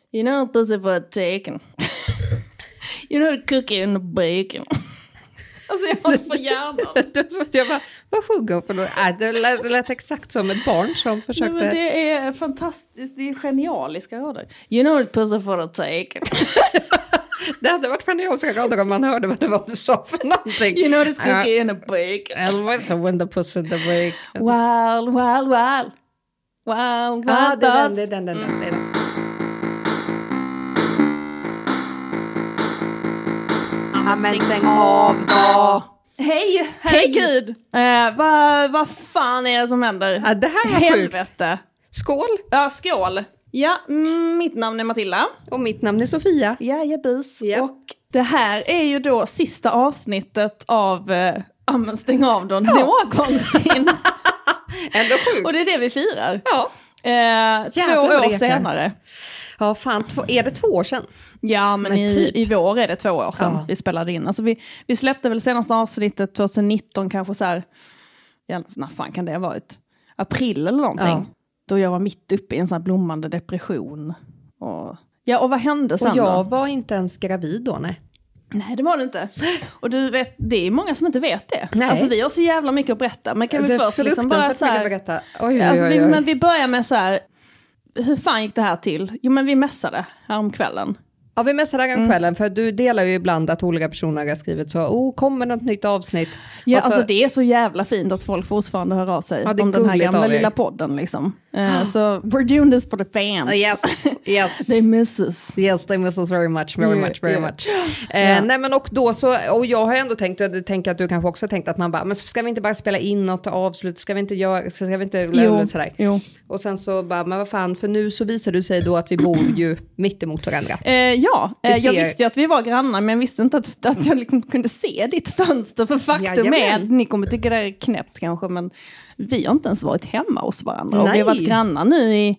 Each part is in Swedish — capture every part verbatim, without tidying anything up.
You know pussy for a taken. You know the cookie and the bacon. Alltså jag har det på hjärnan. Jag bara, vad sjunger hon för något? Äh, det, lät, det lät exakt som ett barn som försökte... Nej, men det är fantastiskt, det är genialiska rader. You know the pussy for a taken. Det hade varit genialiska rader om man hörde vad det var du sa för någonting. You know the cookie uh, and the bacon. Always when the pussy and the bacon. Wild, wild, wild. Wild, wild ah, det är den, thoughts. det är den, den, den, det är den. Ja, men stäng av då. Hej, herregud. Eh, vad va fan är det som händer? Ja, det här var helvete. Sjukt. Skål. Ja, skål. Ja, mm, mitt namn är Matilda. Och mitt namn är Sofia. Ja, jag bus. Ja. Och det här är ju då sista avsnittet av eh, Amen stäng av då ja. någonsin. Ändå sjukt. Och det är det vi firar. Ja. Eh, två år senare. Ja, fan, två, är det två år sedan? Ja, men, men i, typ. i vår är det två år sedan ja. vi spelade in. Alltså vi, vi släppte väl senaste avsnittet tjugonitton kanske så här, ja, när fan kan det ha varit? April eller någonting. Ja. Då jag var mitt uppe i en sån här blommande depression. Och, ja, och vad hände sen och jag då? var inte ens gravid då, nej. Nej, det var det inte. Och du vet, det är många som inte vet det. Nej. Alltså vi har så jävla mycket att berätta. Men kan vi det först liksom bara så här, berätta. Oj, oj, oj, alltså, vi, oj. men vi börjar med så här, hur fan gick det här till? Jo, men vi mässade här om kvällen. Ja, vi messade här om kvällen, mm. för du delar ju ibland att olika personer har skrivit så, oh, kommer något nytt avsnitt? Ja, så, alltså det är så jävla fint att folk fortfarande hör av sig ja, om den här gamla lilla podden liksom. Uh, så so, we're doing this for the fans. Uh, yes, yes. They miss us. Yes, they miss us very much, very yeah, much, very yeah. much. Uh, yeah. Nej, men och då så, och jag har ändå tänkt, jag tänker att du kanske också tänkt att man bara, men ska vi inte bara spela in något avslut, ska vi inte göra, ska vi inte lämna sådär? Jo. Och sen så bara, men vad fan, för nu så visar du sig då att vi bor ju mitt emot varandra. Uh, ja, uh, ser... jag visste ju att vi var grannar, men jag visste inte att, att jag liksom kunde se ditt fönster, för faktum är att ni kommer tycka det är knäppt kanske, men vi har inte ens varit hemma hos varandra. Nej. Och vi har varit grannar nu i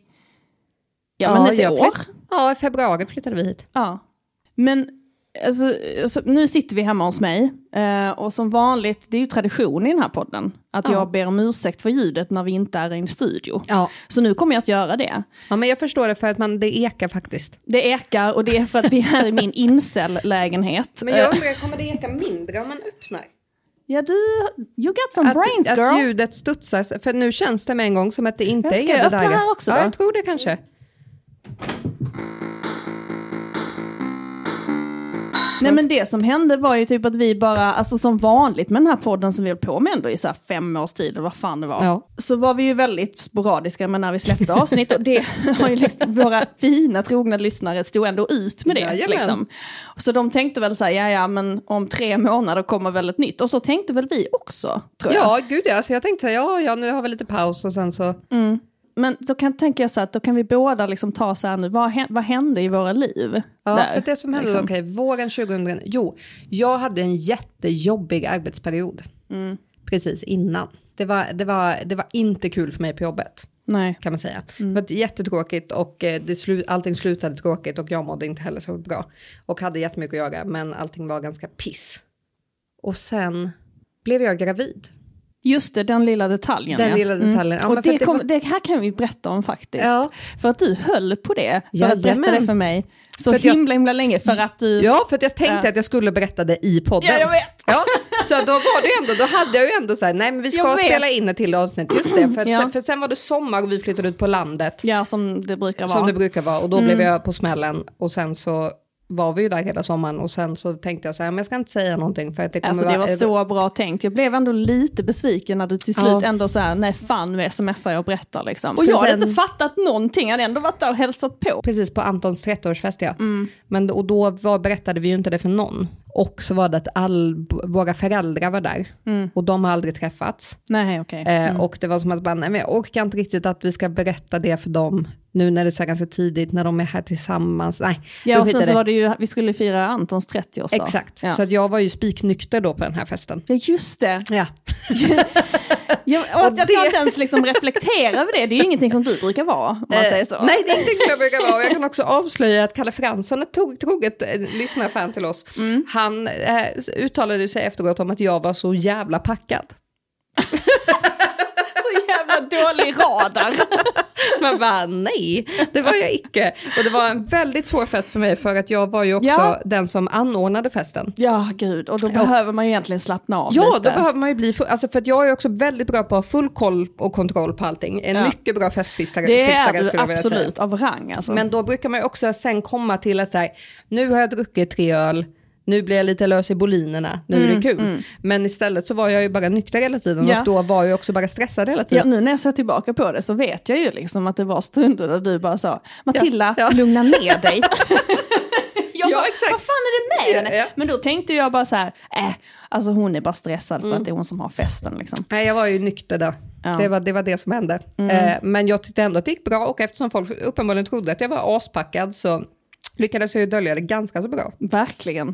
ja, ja men ett år. Flytt, ja, i februari flyttade vi hit. Ja, men alltså, alltså, nu sitter vi hemma hos mig eh, och som vanligt, det är ju tradition i den här podden att ja. jag ber om ursäkt för ljudet när vi inte är i en studio. Ja. Så nu kommer jag att göra det. Ja, men jag förstår det, för att man, det ekar faktiskt. Det ekar, och det är för att vi är i min incel-lägenhet. Men jag undrar, kommer det eka mindre om man öppnar? Ja, du, you got some att, brains, girl. Att ljudet studsar, för nu känns det med en gång som att det inte jag ska är det där. Ska jag öppna här också då? Ja, jag tror det kanske. Nej, men det som hände var ju typ att vi bara, alltså som vanligt med den här podden som vi höll på med ändå i så här fem års tid, eller vad fan det var. Ja. Så var vi ju väldigt sporadiska med när vi släppte avsnitt, och det har ju liksom, våra fina trogna lyssnare stod ändå ut med det. Ja, liksom. Så de tänkte väl så här, ja ja, men om tre månader kommer väl ett nytt. Och så tänkte väl vi också, tror jag. Ja, gud ja. Så jag tänkte, ja, ja, nu har vi lite paus och sen så... Mm. Men så kan tänka jag så att då kan vi båda liksom ta så här nu, vad, vad hände i våra liv? Ja, där, för det som hände liksom. Okej, våren tjugohundra, jo, jag hade en jättejobbig arbetsperiod. Mm. Precis innan. Det var, det, var, det var inte kul för mig på jobbet. Nej. Kan man säga. Mm. Det var jättetråkigt och det slu, allting slutade tråkigt och jag mådde inte heller så bra. Och hade jättemycket att göra, men allting var ganska piss. Och sen blev jag gravid. Just det, den lilla detaljen. Den ja. lilla detaljen. Mm. Ja, och det, det, kom, var... det här kan vi berätta om faktiskt. Ja. För att du höll på det. För ja, att berätta jamen. det för mig. Så för himla, himla länge. För att du... Ja, för att jag tänkte ja. att jag skulle berätta det i podden. Ja, jag vet. Ja, så då var det ändå, då hade jag ju ändå så här, nej men vi ska spela in ett till avsnitt. Just det, för, att ja. sen, för sen var det sommar och vi flyttade ut på landet. Ja, som det brukar vara. Som det brukar vara. Och då mm. blev jag på smällen. Och sen så var vi ju där hela sommaren. Och sen så tänkte jag så här, men jag ska inte säga någonting. För att det kommer alltså det var vara... så bra tänkt. Jag blev ändå lite besviken när du till slut ja. ändå så här, nej fan nu smsar jag och berättar liksom. Och jag hade sen... inte fattat någonting. Jag hade ändå varit där och hälsat på. Precis, på Antons trettioårsfest, ja. Mm. Men, och då var, berättade vi ju inte det för någon. Och så var det att all, våra föräldrar var där. Mm. Och de har aldrig träffats. Nej, okej. Okay. Mm. Eh, och det var som att bara, nej men jag orkar inte riktigt att vi ska berätta det för dem. Nu när det är så ganska tidigt, när de är här tillsammans. Nej, ja, och sen så var det ju, vi skulle fira Antons trettioårsdag. Exakt, ja. så att jag var ju spiknykter då på den här festen. Ja, just det. Ja. Ja, och att och jag det... inte ens liksom reflekterar över det, det är ju ingenting som du brukar vara, om man eh, säger så. Nej, det är ingenting som jag brukar vara. Och jag kan också avslöja att Kalle Fransson, ett tog, troget eh, lyssnarfan till oss, mm. han eh, uttalade sig efteråt om att jag var så jävla packad. Så jävla dålig radar. Man bara, nej, det var jag icke. Och det var en väldigt svår fest för mig för att jag var ju också ja. den som anordnade festen. Ja, gud. Och då ja. behöver man ju egentligen slappna av Ja, lite. då behöver man ju bli... Full, alltså för att jag är också väldigt bra på att ha full koll och kontroll på allting. En ja. mycket bra festfixare. Det är du skulle absolut, av rang alltså. Men då brukar man ju också sen komma till att säga, nu har jag druckit tre öl. Nu blir jag lite lös i bolinerna, nu mm, är det kul. Mm. Men istället så var jag ju bara nykter hela tiden ja. och då var jag också bara stressad hela tiden. Ja, nu när jag ser tillbaka på det så vet jag ju liksom att det var stunder där du bara sa, Matilda, ja. Ja. lugna ner dig. jag ja, bara, exakt. Vad fan är det med henne? Ja, ja. Men då tänkte jag bara så här, äh, alltså hon är bara stressad mm. för att det är hon som har festen. Liksom. Nej, jag var ju nykter då. Ja. Det, var, det var det som hände. Mm. Eh, men jag tyckte ändå att det gick bra och eftersom folk uppenbarligen trodde att jag var aspackad så lyckades jag ju dölja det ganska så bra. Verkligen.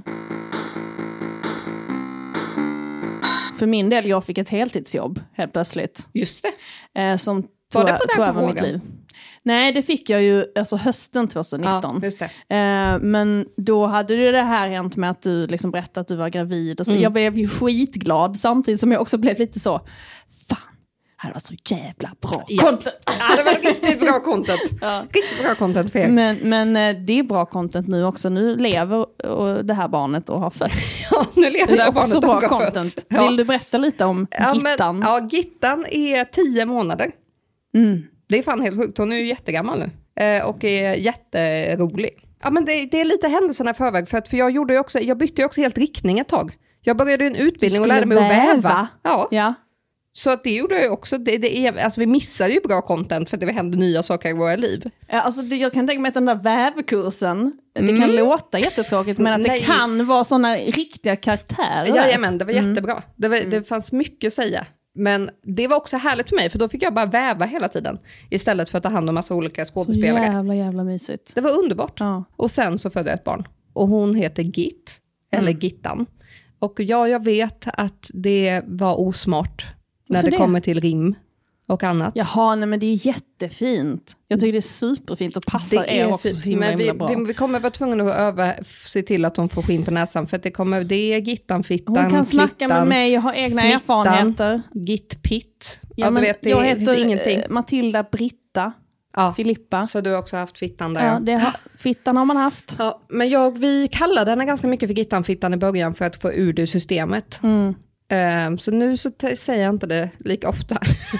För min del, jag fick ett heltidsjobb helt plötsligt. Just det. Eh, som var tog, det på tog den över mitt liv. Nej, det fick jag ju alltså hösten tjugonitton. Ja, just det. Eh, men då hade det, det här hänt med att du liksom berättade att du var gravid. Och så. Mm. Jag blev ju skitglad samtidigt som jag också blev lite så, fan. Det var så jävla bra ja. content. Ja, det var riktigt bra content. Ja. Riktigt bra content för er. Men, men det är bra content nu också. Nu lever det här barnet och har fötts. Ja, nu lever det, det här barnet och har content. Ja. Vill du berätta lite om ja, Gittan? Men, ja, Gittan är tio månader. Mm. Det är fan helt sjukt. Hon är ju jättegammal nu. Eh, och är jätterolig. Ja, men det, det är lite händelserna i förväg. För, att, för jag, gjorde ju också, jag bytte ju också helt riktning ett tag. Jag började en utbildning och lärde mig väva. att väva. Ja. ja. Så att det gjorde jag också, det, det är, alltså vi missade ju bra content för att det hände nya saker i våra liv. Ja, alltså det, jag kan tänka mig att den där vävkursen, mm. det kan låta jättetråkigt men att Nej. det kan vara sådana riktiga karaktärer. Jajamän, det var mm. jättebra. Det, var, det fanns mycket att säga. Men det var också härligt för mig för då fick jag bara väva hela tiden istället för att ta hand om massa olika skådespelare. Så jävla jävla mysigt. Det var underbart. Ja. Och sen så födde jag ett barn. Och hon heter Git, eller mm. Gittan. Och ja, jag vet att det var osmart. När det, det kommer till rim och annat. Jaha, nej men det är jättefint. Jag tycker det är superfint och passar det er också så himla, men vi, himla bra. Vi, vi kommer vara tvungna att över, se till att hon får skinn på näsan. För att det, kommer, det är Gittan, Fittan, Hon kan snacka Klittan, med mig, jag har egna smittan, erfarenheter. Gittpitt. Ja, ja, men du vet, det, jag det heter finns ingenting. Matilda Britta. Ja. Filippa. Så du har också haft Fittan där. Ja, det har, Fittan har man haft. Ja, men jag, vi kallade henne ganska mycket för Gittan, Fittan i början för att få ur det systemet. Mm. Um, så nu så t- säger jag inte det lika ofta. uh,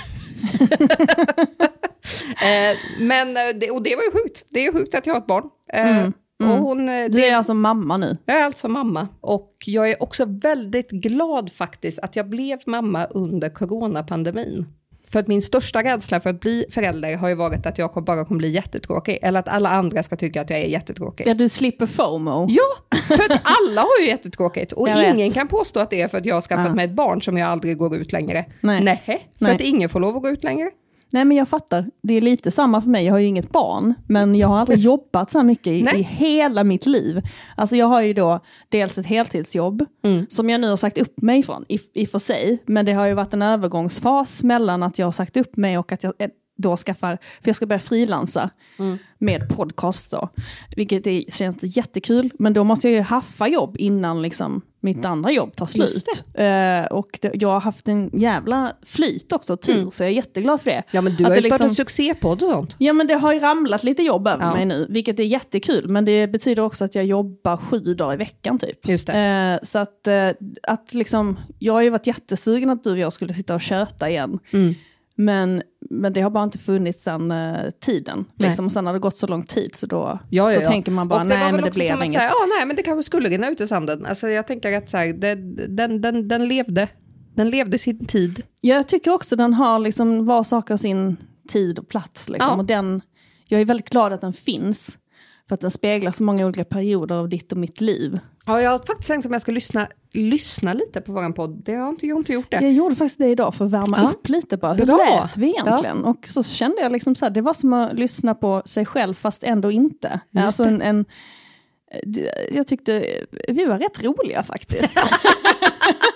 men det, och det var ju sjukt. Det är ju sjukt att jag har ett barn. Uh, mm. Mm. Och hon, du det, är alltså mamma nu? Jag är alltså mamma. Och jag är också väldigt glad faktiskt att jag blev mamma under coronapandemin. För att min största rädsla för att bli förälder har ju varit att jag bara kommer bli jättetråkig. Eller att alla andra ska tycka att jag är jättetråkig. Ja, du slipper FOMO. Ja, för att alla har ju jättetråkigt. Och jag ingen vet. kan påstå att det är för att jag har skaffat ja. mig ett barn som jag aldrig går ut längre. Nej. Nej, för Nej. att ingen får lov att gå ut längre. Nej, men jag fattar. Det är lite samma för mig. Jag har ju inget barn, men jag har aldrig jobbat så här mycket i, i hela mitt liv. Alltså jag har ju då dels ett heltidsjobb mm. som jag nu har sagt upp mig från, i, i för sig. Men det har ju varit en övergångsfas mellan att jag har sagt upp mig och att jag då skaffar, för jag ska börja frilansa mm. med podcast då. Vilket är, känns jättekul, men då måste jag ju haffa jobb innan liksom mitt andra jobb tar slut. Uh, och det, jag har haft en jävla flyt också, tur, mm. så jag är jätteglad för det. Ja, men du att har ju det startat liksom, succépodd och sånt. Ja, men det har ju ramlat lite jobb över ja. mig nu, vilket är jättekul. Men det betyder också att jag jobbar sju dagar i veckan typ. Just det. Uh, så att, uh, att liksom, jag har ju varit jättesugen att du och jag skulle sitta och köta igen. Mm. Men, men det har bara inte funnits den uh, tiden. Liksom. Och sen har det gått så lång tid så då, ja, ja, då ja. tänker man bara, nej men det blev inget. Ja, nej men det kanske skulle rinna ut i sanden. Alltså jag tänker att så här, det, den, den, den levde. Den levde sin tid. Jag tycker också den har liksom var saker sin tid och plats. Liksom. Ja. Och den, jag är väldigt glad att den finns. För att den speglar så många olika perioder av ditt och mitt liv. Ja, jag har faktiskt tänkt om jag ska lyssna, lyssna lite på våran podd. Det har jag inte, jag har inte gjort det. Jag gjorde faktiskt det idag för att värma ja. upp lite bara. Hur Bra. lät vi egentligen? Ja. Och så kände jag liksom så här, det var som att lyssna på sig själv fast ändå inte. Just alltså en, en, jag tyckte vi var rätt roliga faktiskt.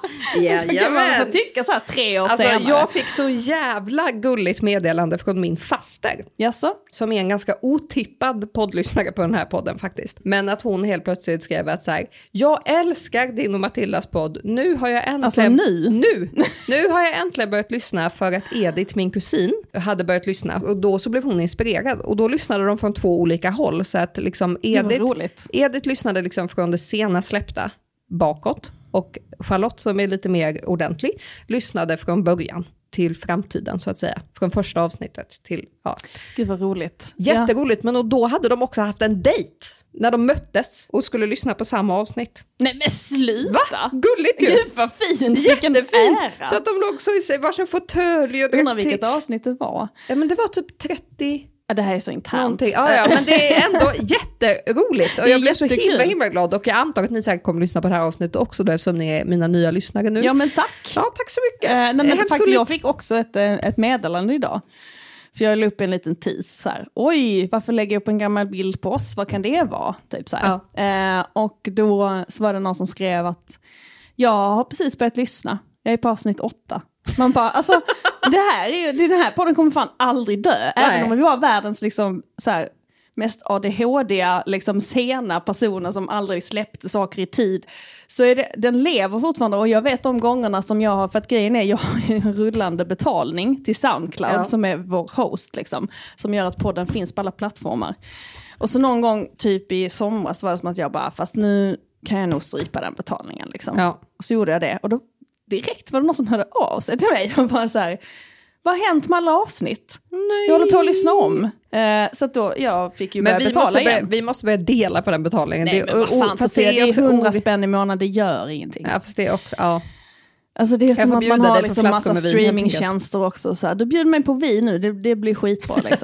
Ja, kan man få tycka så här tre år alltså, senare. jag fick så jävla gulligt meddelande från min faster. Jaså? Som är en ganska otippad poddlyssnare på den här podden faktiskt. Men att hon helt plötsligt skrev att så här, jag älskar din och Matildas podd. Nu har jag äntligen... Alltså nu? Nu! Nu har jag äntligen börjat lyssna för att Edith, min kusin, hade börjat lyssna. Och då så blev hon inspirerad. Och då lyssnade de från två olika håll. Så att liksom Edith, Edith lyssnade liksom från det sena släppta bakåt. Och Charlotte, som är lite mer ordentlig, lyssnade från början till framtiden så att säga. Från första avsnittet till, ja. Gud vad roligt. Jätteroligt, ja. Men då hade de också haft en dejt när de möttes och skulle lyssna på samma avsnitt. Nej men sluta! Va? Gulligt ju! Gud vad fint! Jättefint! Så att de låg så i sig varsin fåtölj och... Undrar vilket avsnitt det var. Ja men det var typ trettio... Ja, det här är så internt. Ja, ja, men det är ändå jätteroligt. Och jag blev så himla, himla glad. Och jag antar att ni säkert kommer lyssna på det här avsnittet också då, eftersom ni är mina nya lyssnare nu. Ja, men tack. Ja, tack så mycket. Uh, nej, men faktiskt, jag fick också ett, ett meddelande idag. För jag la upp en liten tease så här. Oj, varför lägger jag upp en gammal bild på oss? Vad kan det vara? Typ så här. Ja. Uh, och då så var det någon som skrev att jag har precis börjat lyssna. Jag är på avsnitt åtta. Man bara, alltså... Det här är ju, den här podden kommer fan aldrig dö. Nej. Även om vi var världens liksom, så här, mest A D H D-a, liksom, sena personer som aldrig släppte saker i tid. Så är det, den lever fortfarande. Och jag vet de gångerna som jag har, för att grejen är, jag har en rullande betalning till Soundcloud, ja. Som är vår host. Liksom, som gör att podden finns på alla plattformar. Och så någon gång typ i somras var det som att jag bara, fast nu kan jag nog strypa den betalningen. Liksom. Ja. Och så gjorde jag det. Och då direkt var det någon som hörde av sig till mig och bara så här, vad har hänt med alla avsnitt? Nej. Jag håller på att lyssna om. Eh, så att då, jag fick ju men börja vi betala måste igen. Börja, vi måste börja dela på den betalningen. Nej, det, men vad fan, fast Sofia, det är också hundra o... spänn i månaden, det gör ingenting. Ja, fast det är också, ja. Alltså det är som att man har liksom massa streamingtjänster också. Så här. Du bjuder mig på vin nu, det, det blir skitbra liksom.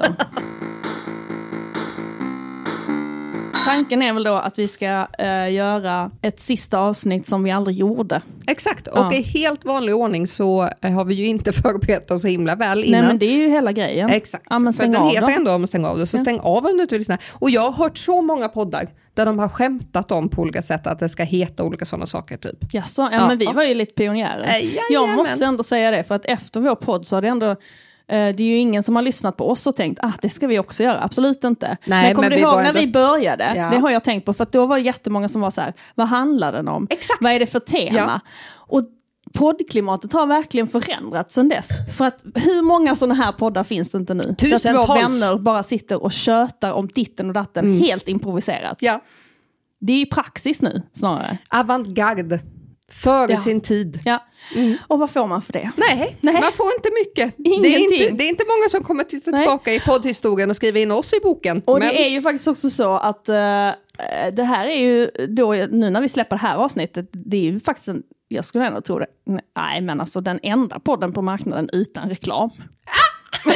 Tanken är väl då att vi ska uh, göra ett sista avsnitt som vi aldrig gjorde. Exakt, och ja. I helt vanlig ordning så uh, har vi ju inte förberett oss så himla väl innan. Nej men det är ju hela grejen. Exakt, ja, men för den av heter då. ändå om att stänga av det. Så ja. Stäng av om du inte lyssnar. Och jag har hört så många poddar där de har skämtat om på olika sätt att det ska heta olika sådana saker typ. Ja, så, ja, ja men vi var ju lite pionjärer. Äh, ja, jag ja, måste men. ändå säga det, för att efter vår podd så har det ändå... Det är ju ingen som har lyssnat på oss och tänkt ah, det ska vi också göra, absolut inte. Nej, men kommer men du ihåg när ändå... vi började? Ja. Det har jag tänkt på, för att då var det jättemånga som var så här, vad handlar den om? Exakt. Vad är det för tema? Ja. Och poddklimatet har verkligen förändrats sedan dess. För att hur många sådana här poddar finns det inte nu? Tusentals. Där två vänner bara sitter och tjötar om ditten och datten mm. helt improviserat. Ja. Det är ju praxis nu snarare. Avantgarde. Före ja. Sin tid. Ja. Mm. Och vad får man för det? Nej, Nej. man får inte mycket. Det är inte, det är inte många som kommer titta tillbaka i poddhistorien och skriva in oss i boken. Och men... det är ju faktiskt också så att uh, det här är ju då, nu när vi släpper det här avsnittet, det är ju faktiskt en, jag skulle ändå tro det, nej men alltså den enda podden på marknaden utan reklam. Ah!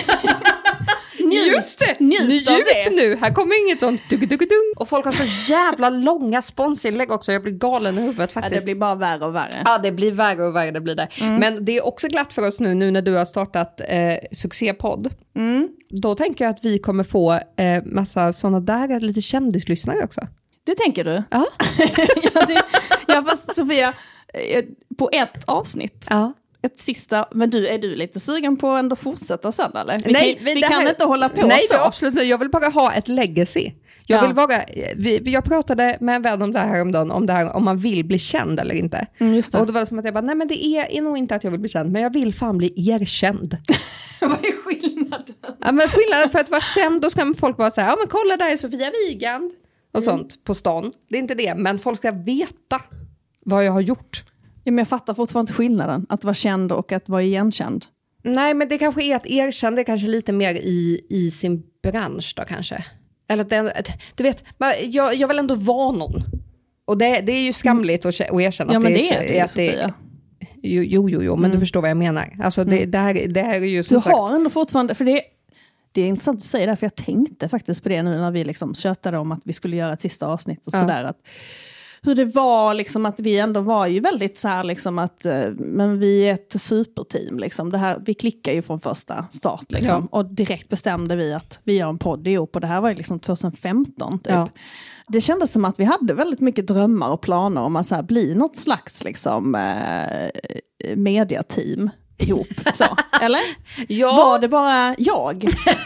Njut, Just det, njut, njut av det. Nu, här kommer inget sånt dug, dug, dug. Och folk har så jävla långa sponsinlägg också, jag blir galen i huvudet faktiskt. Ja, det blir bara värre och värre. Ja, det blir värre och värre, det blir det. Mm. Men det är också glatt för oss nu, nu när du har startat eh, succépodd. Mm. Då tänker jag att vi kommer få eh, massa sådana där lite kändislyssnare också. Det tänker du? Ja. ja, det, ja, fast Sofia, på ett avsnitt. Ja. Ett sista, men du, är du lite sugen på att ändå fortsätta sen eller? Vi nej, kan, vi kan här, inte hålla på nej, så. Nej, absolut inte. Jag vill bara ha ett legacy. Jag ja. vill vara, vi, jag pratade med en vän om det här häromdagen, om det här, om man vill bli känd eller inte. Mm, just det. Och då var det som att jag bara, nej men det är, är nog inte att jag vill bli känd, men jag vill fan bli erkänd. Vad är skillnaden? Ja, men skillnaden för att vara känd, då ska folk vara så här, ja men kolla där är Sofia Wigand och mm. sånt på stan. Det är inte det, men folk ska veta vad jag har gjort. Ja, men jag fattar fortfarande inte skillnaden, att vara känd och att vara igenkänd. Nej, men det kanske är att erkänd är kanske lite mer i, i sin bransch då kanske. Eller att det, du vet, jag, jag vill ändå vara någon. Och det, det är ju skamligt att, att erkänna ja, att men det, det är, är att det är... Jo, jo, jo, jo men mm. du förstår vad jag menar. Alltså det, mm. det, här, det här är ju som du sagt... har ändå fortfarande, för det, det är intressant att säga det, för jag tänkte faktiskt på det nu när vi liksom tjötade om att vi skulle göra ett sista avsnitt och ja. Sådär. Att hur det var liksom att vi ändå var ju väldigt så här liksom att men vi är ett superteam liksom. Det här, vi klickar ju från första start liksom. Ja. Och direkt bestämde vi att vi gör en podd ihop och det här var ju liksom tjugohundrafemton typ. Ja. Det kändes som att vi hade väldigt mycket drömmar och planer om att så här, bli något slags liksom eh, mediateam ihop, så, eller? Ja. Var det bara jag?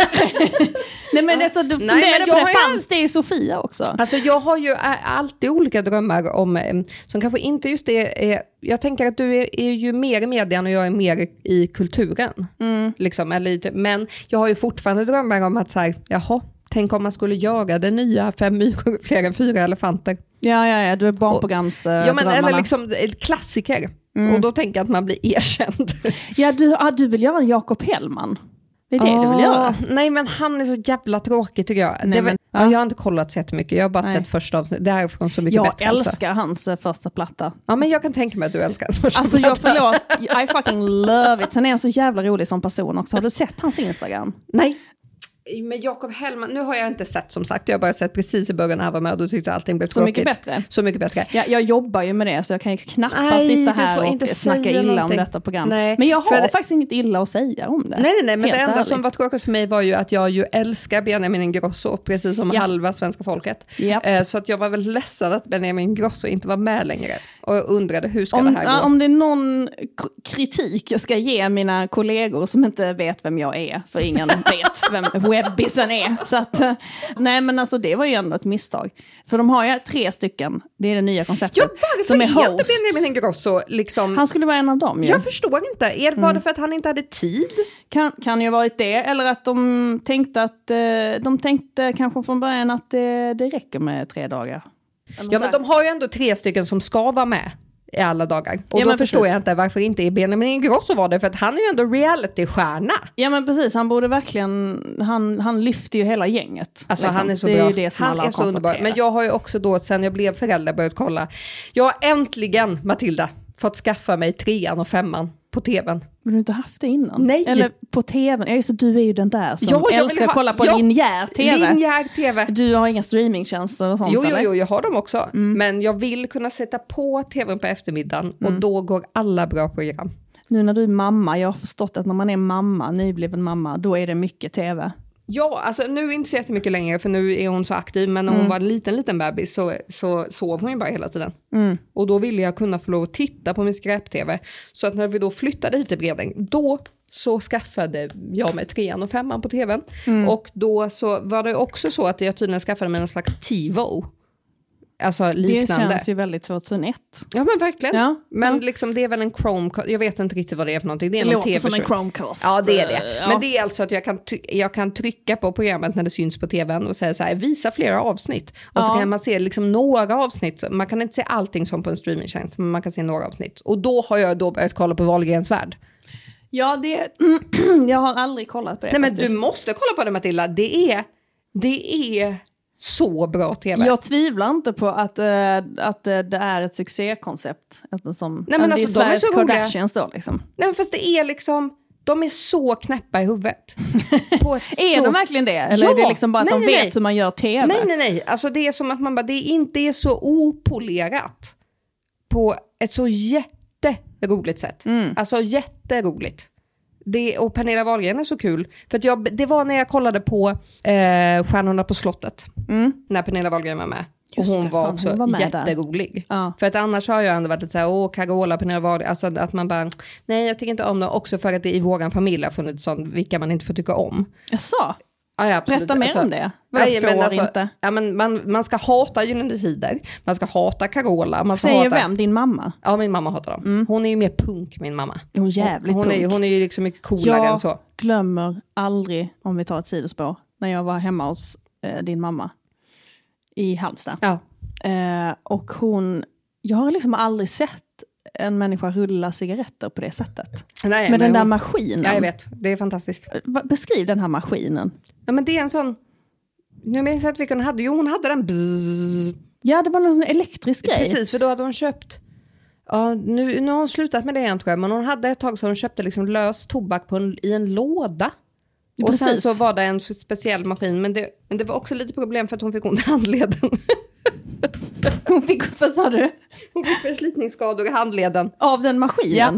Nej men det, så, du funderade Nej, men på det, fanns det i Sofia också? Alltså jag har ju alltid olika drömmar om, som kanske inte just det är, jag tänker att du är, är ju mer i medien och jag är mer i kulturen. Mm. Liksom, eller, men jag har ju fortfarande drömmar om att så här, jaha, tänk om man skulle göra det nya fem myror, fler än fyra elefanter. Ja, ja, ja, du är barnprogramsdrömmarna. Ja, men eller liksom klassiker. Mm. Och då tänker jag att man blir erkänd. Ja, du, ah, du vill göra en Jakob Hellman. Det är det oh, du vill göra. Nej, men han är så jävla tråkig tycker jag. Nej, men, ja. Jag har inte kollat så jättemycket. Jag har bara nej. sett första avsnittet. Det här är från Så mycket jag bättre. Jag älskar alltså. hans uh, första platta. Ja, men jag kan tänka mig att du älskar hans första alltså, platta. Alltså jag förlåt. I fucking love it. Sen är han så jävla rolig som person också. Har du sett hans Instagram? Nej. Men Jakob Hellman, nu har jag inte sett som sagt, jag har bara sett precis i början när han var med och då tyckte allting blev så tråkigt. Mycket bättre. Så mycket bättre. Ja, jag jobbar ju med det så jag kan ju knappast nej, sitta här och inte snacka illa någonting. Om detta program. Nej, men jag har det... faktiskt inget illa att säga om det. Nej, nej, nej men det enda ärligt. Som var tråkigt för mig var ju att jag ju älskar Benjamin Ingrosso precis som ja. halva svenska folket. Ja. Eh, så att jag var väl ledsen att Benjamin Ingrosso inte var med längre och undrade hur ska om, det här gå? Om det är någon k- kritik jag ska ge mina kollegor som inte vet vem jag är, för ingen vet vem webbisen är. Så att, nej men alltså det var ju ändå ett misstag. För de har ju tre stycken, det är det nya konceptet. Ja, varför som är host. Inte Benjamin Ingrosso liksom... Han skulle vara en av dem ju. Jag förstår inte, är det, var det för att han inte hade tid? Kan, kan ju ha varit det, eller att de tänkte att de tänkte kanske från början att det, det räcker med tre dagar. Ja men de har ju ändå tre stycken som ska vara med i alla dagar. Och ja, då förstår precis. Jag inte varför inte är Benjamin Ingrosso var det, för att han är ju ändå reality-stjärna. Ja men precis, han borde verkligen, han, han lyfter ju hela gänget. Alltså liksom. Han är så det bra. Är ju det som han alla är så underbar. Men jag har ju också då, sen jag blev förälder, börjat kolla. Jag har äntligen, Matilda, fått skaffa mig trean och femman på tvn. Men du inte haft det innan? Nej. Eller på tvn. Ja, så du är ju den där som ja, älskar att kolla på ja, linjär tv. Linjär tv. Du har inga streamingtjänster och sånt? Jo, jo, eller? jo, jag har dem också. Mm. Men jag vill kunna sätta på tvn på eftermiddagen och mm. då går alla bra program. Nu när du är mamma, jag har förstått att när man är mamma, nybliven mamma, då är det mycket tv. Ja, alltså nu är det inte så jättemycket längre för nu är hon så aktiv, men när hon mm. var en liten liten bebis så, så sov hon ju bara hela tiden. Mm. Och då ville jag kunna få lov att titta på min skräp-tv. Så att när vi då flyttade hit till Bredäng, då så skaffade jag mig trean och femman på tvn. Mm. Och då så var det också så att jag tydligen skaffade mig en slags TiVo. Alltså liknande. Det känns ju väldigt tjugohundraett. Ja men verkligen. Ja, men ja. Liksom det är väl en Chromecast. Jag vet inte riktigt vad det är för någonting. Det är det någon låter T V-show. som en Chromecast. Ja det är det. Ja. Men det är alltså att jag kan, jag kan trycka på programmet när det syns på tvn och säga så här, visa flera avsnitt. Och ja. Så kan man se liksom några avsnitt. Man kan inte se allting som på en streamingtjänst, men man kan se några avsnitt. Och då har jag då börjat kolla på Wahlgrens värld. Ja, det jag har aldrig kollat på det. Nej men faktiskt. Du måste kolla på det Matilda. Det är det är så bra tv. Jag tvivlar inte på att, uh, att uh, det är ett succékoncept. Eftersom Nej, men alltså, det är Sveriges de är så Kardashians då liksom. Nej men fast det är liksom, de är så knäppa i huvudet. På är så... de verkligen det? Eller ja. är det liksom bara att nej, de nej, vet nej. hur man gör tv? Nej, nej, nej. Alltså det är som att man bara, det inte är så opolerat. På ett så jätteroligt sätt. Mm. Alltså jätteroligt. Det, och Pernilla Wahlgren är så kul. För att jag, det var när jag kollade på eh, Stjärnorna på slottet. Mm. När Pernilla Wahlgren var med. Just och hon det, var fan, också hon var jätterolig. Ja. För att annars har jag ändå varit så här, åh Carola, Pernilla Wahlgren. Alltså att man bara, nej jag tycker inte om det. Också för att det i våran familj har funnits sånt, vilka man inte får tycka om. Jag sa. Ja, ja, berätta mer alltså, om det. Nej, får men alltså, inte. Ja, men man, man ska hata Gyllene Tider. Man ska hata Carola. Man ska säger hata... vem? Din mamma? Ja, min mamma hatar dem. Mm. Hon är ju mer punk, min mamma. Hon är jävligt hon, hon, punk. är, hon är ju liksom mycket coolare jag än så. Jag glömmer aldrig, om vi tar ett sidospår, när jag var hemma hos eh, din mamma i Halmstad. Ja. Eh, och hon, jag har liksom aldrig sett en människa rulla cigaretter på det sättet. Nej, med den där hon... maskinen. Ja, jag vet. Det är fantastiskt. Beskriv den här maskinen. Ja, men det är en sån... Nu minns jag att vilken hon hade. Jo, hon hade den. Bzzz. Ja, det var någon sån elektrisk grej. Precis, för då hade hon köpt... Ja, nu, nu har hon slutat med det jag tror jag. Men hon hade ett tag så hon köpte liksom lös tobak på en, i en låda. Och precis. Sen så var det en speciell maskin. Men det, men det var också lite problem för att hon fick ont i handleden. Hon fick, vad sa du? Hon fick förslitningsskador i handleden. Av den maskinen?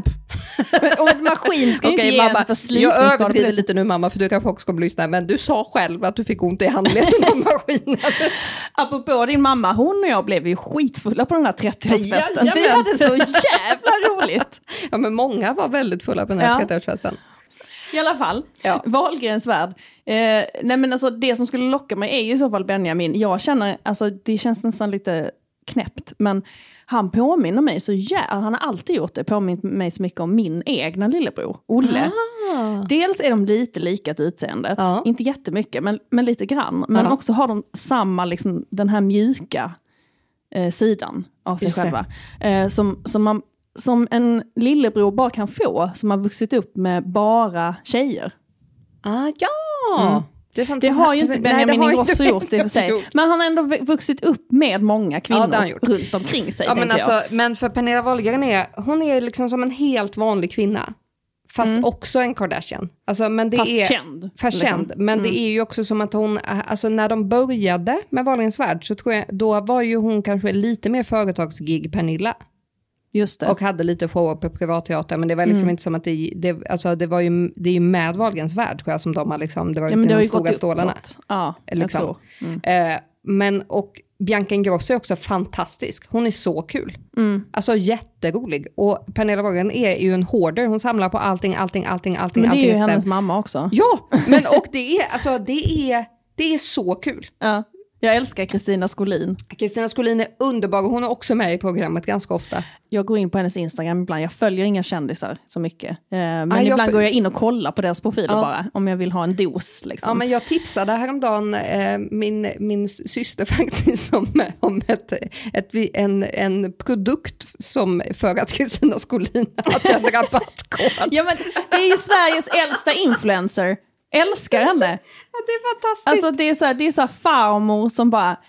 Och en maskin ska okay, inte ge mamma, en förslitningsskador. Jag överdriver lite nu mamma, för du kanske också kommer lyssna. Men du sa själv att du fick ont i handleden av maskinen. Apropå din mamma, hon och jag blev ju skitfulla på den här trettioårsfesten. Vi hade så jävla roligt. Ja, men många var väldigt fulla på den här ja. trettioårsfesten. I alla fall, ja. Wahlgrens värld. Eh, nej men alltså det som skulle locka mig är ju i så fall Benjamin. Jag känner, alltså det känns nästan lite knäppt, men han påminner mig så jävla, han har alltid gjort det, påminner mig så mycket om min egna lillebror, Olle. Ah. Dels är de lite lika till utseendet, ja. Inte jättemycket, men, men lite grann. Men ja. Också har de samma, liksom, den här mjuka eh, sidan av sig Just själva. Eh, som, som man Som en lillebror bara kan få, som har vuxit upp med bara tjejer. Ah, ja! Mm. Det, är sant, det har ju inte Benjamin Ingrosso gjort i och för sig. Men han har ändå vuxit upp med många kvinnor ja, runt omkring sig. Ja, men, alltså, men för Pernilla Wahlgren är, hon är liksom som en helt vanlig kvinna. Fast mm. också en Kardashian. Alltså, men det fast är, känd. Fast liksom. känd. Men mm. det är ju också som att hon, alltså när de började med Wahlgrens värld så tror jag, då var ju hon kanske lite mer företagsgig Pernilla. Just det. Och hade lite show på privatteater, men det var liksom mm. inte som att det, det, alltså det var ju, det är ju med Wahlgrens värld tror jag, som de har liksom dragit ja, in de stora stålarna. Ja, liksom. jag tror. Mm. Eh, men och Bianca Ingrosso är också fantastisk. Hon är så kul. Mm. Alltså jätterolig. Och Pernilla Wahlgren är ju en hoarder. Hon samlar på allting, allting, allting, allting. Men det är allting ju hennes mamma också. Ja, men och det är, alltså det är, det är så kul. Ja. Jag älskar Kristina Skolin. Kristina Skolin är underbar och hon är också med i programmet ganska ofta. Jag går in på hennes Instagram ibland. Jag följer inga kändisar så mycket. Eh, men ah, ibland jag... går jag in och kollar på deras profiler ja. Bara. Om jag vill ha en dos. Liksom. Ja, men jag tipsade häromdagen eh, min, min syster faktiskt om, om ett, ett, en, en produkt som för att Kristina Skolin hade en rabattkod. Ja, men det är ju Sveriges äldsta influencer. Älskar henne. Ja, det är fantastiskt. Alltså det är så här, det är så här farmor som bara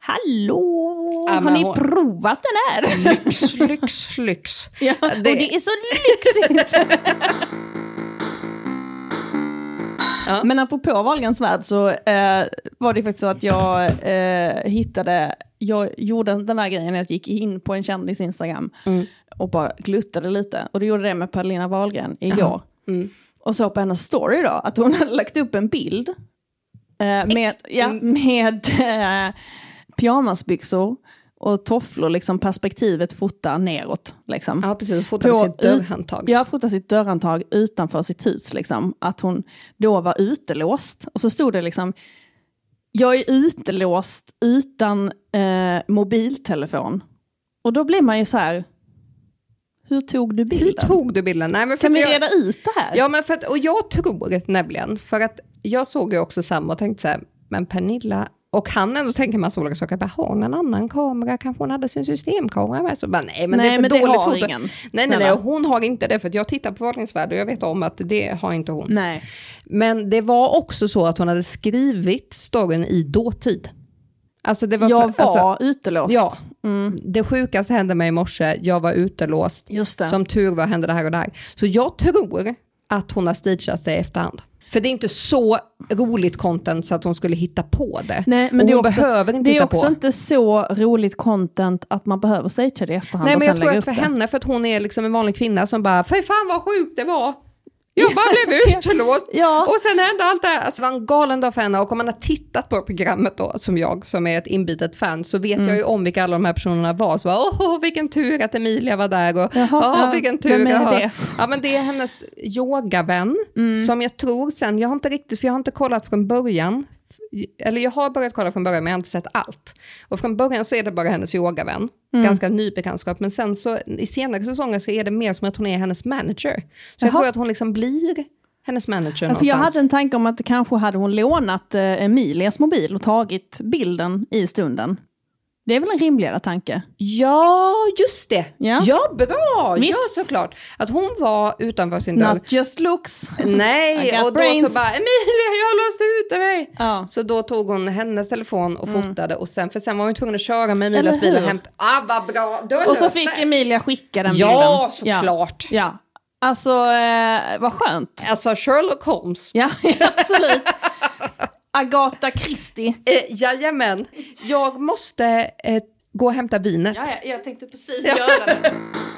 hallå, ja, har ni hon... provat den här? Lyx, lyx, lyx. Ja, det... Och det är så lyxigt. Ja. Men apropå Wahlgrens värld så eh, var det faktiskt så att jag eh, hittade, jag gjorde den här grejen, jag gick in på en kändis Instagram mm. och bara gluttade lite. Och det gjorde det med Paulina Wahlgren igår. Mm. Och så på hennes story då, att hon hade lagt upp en bild eh, med, ja, med eh, pyjamasbyxor och tofflor, liksom perspektivet fotar neråt. Liksom. Ja, precis. Fotade på, sitt dörrhandtag. Ja, fotade sitt dörrhandtag utanför sitt hus. Liksom. Att hon då var utelåst. Och så stod det liksom, jag är utelåst utan eh, mobiltelefon. Och då blir man ju så här... Hur tog du bilden? Hur tog du bilden? Nej, men för kan vi jag, reda ut det här? Ja, men för att, och jag tror nämligen, för att jag såg ju också samma och tänkte så här, men Pernilla, och han ändå tänker massa olika saker, bara, har hon en annan kamera? Kanske hon hade sin systemkamera med? Så bara, nej, men nej, det är för men dåligt det har foto. Ingen. Nej, nej, nej, hon har inte det, för att jag tittar på Wahlgrens värld och jag vet om att det har inte hon. Nej. Men det var också så att hon hade skrivit storyn i dåtid. Alltså det var jag så, var alltså, utelåst. Ja, mm. Det sjukaste hände mig i morse. Jag var utelåst. Just det. Som tur var hände det här och det här. Så jag tror att hon har stageat sig i efterhand. För det är inte så roligt content så att hon skulle hitta på det. Nej, men och det är hon också, behöver inte det är hitta också på. inte så roligt content att man behöver stagea det i efterhand. Nej, och men sen jag tror lägga att för upp det. henne, för att hon är liksom en vanlig kvinna som bara, för fan vad sjukt det var. Jag bara blev utelåst. Ja. Och sen hände allt det här. Alltså det var en galen dag för henne. Och om man har tittat på programmet då, som jag, som är ett inbitet fan, så vet mm. jag ju om vilka alla de här personerna var. Så bara, åh, vilken tur att Emilia var där. Och Jaha, åh, ja. vilken tur. Vem är det? Ja, men det är hennes yogavän. Mm. Som jag tror sen, jag har inte riktigt, för jag har inte kollat från början. Eller jag har börjat kolla från början, men jag har inte sett allt. Och från början så är det bara hennes yogavän. Mm. Ganska ny bekantskap. Men sen så i senare säsonger så är det mer som att hon är hennes manager. Så Jaha. jag tror att hon liksom blir hennes manager ja, för jag hade en tanke om att kanske hade hon lånat eh, Emilias mobil och tagit bilden i stunden. Det är väl en rimligare tanke? Ja, just det. Ja, ja bra. Visst. Ja, såklart. Att hon var utanför sin dörr. Not just looks. Nej, och brains. Då så bara, Emilia, jag låste ut dig. Ja. Så då tog hon hennes telefon och fotade. Mm. Och sen, för sen var hon tvungen att köra med Emilias bil och hämta. Ah, vad bra. Och så fick det. Emilia skicka den bilden. Ja, såklart. Ja. ja. Alltså, eh, vad skönt. Alltså, Sherlock Holmes. Ja, absolut. Agatha Christie. Eh, jajamän. Jag måste eh, Gå och hämta vinet. Ja, jag, jag tänkte precis ja. göra det.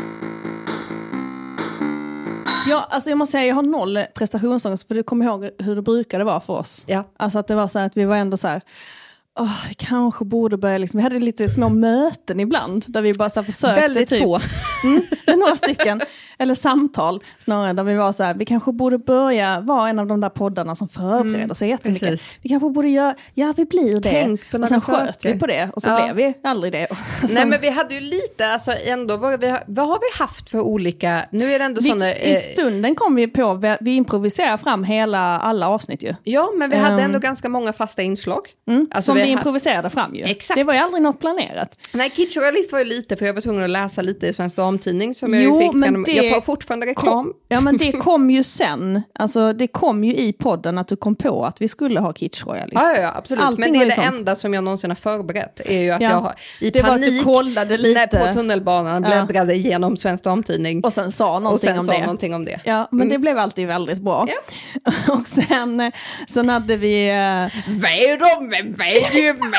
Ja, alltså jag måste säga jag har noll prestationsångest, för du kommer ihåg hur det brukade vara för oss. Ja. Alltså att det var så här att vi var ändå så här, oh, kanske borde börja liksom, vi hade lite små möten ibland där vi bara så här försökte. Väldigt typ, få. Mm, några stycken. Eller samtal snarare, där vi var så här, vi kanske borde börja vara en av de där poddarna som förbereder mm, sig jättemycket. Precis. Vi kanske borde göra, ja vi blir det. Tänk på och sen sköt vi på det och så ja. blev vi aldrig det. Nej men vi hade ju lite, alltså ändå, vad, vi, vad har vi haft för olika, nu är det ändå vi, sådana... I stunden kom vi på, vi, vi improviserar fram hela, alla avsnitt ju. Ja, men vi hade ändå um, ganska många fasta inslag. Mm, alltså, som vi, vi improviserade haft... fram ju. Exakt. Det var ju aldrig något planerat. Nej, Kitsch Royalist var ju lite, för jag var tvungen att läsa lite i Svensk Damtidning som jag jo, ju fick, men men det... jag får fortfarande reklam. Kom, ja men det kom ju sen, alltså det kom ju i podden att du kom på att vi skulle ha Kitsch Royalist. Ja, ja, absolut. Allting men det är det sånt. Enda som jag någonsin har förberett är ju att ja. jag har i det panik kollade lite. När på tunnelbanan bläddrade ja. igenom Svensk Damtidning. Och sen sa någonting, och sen om, sa det. någonting om det. Ja, men mm. det blev alltid väldigt bra. Ja. Och sen, sen hade vi... Uh... Vad är de med medium?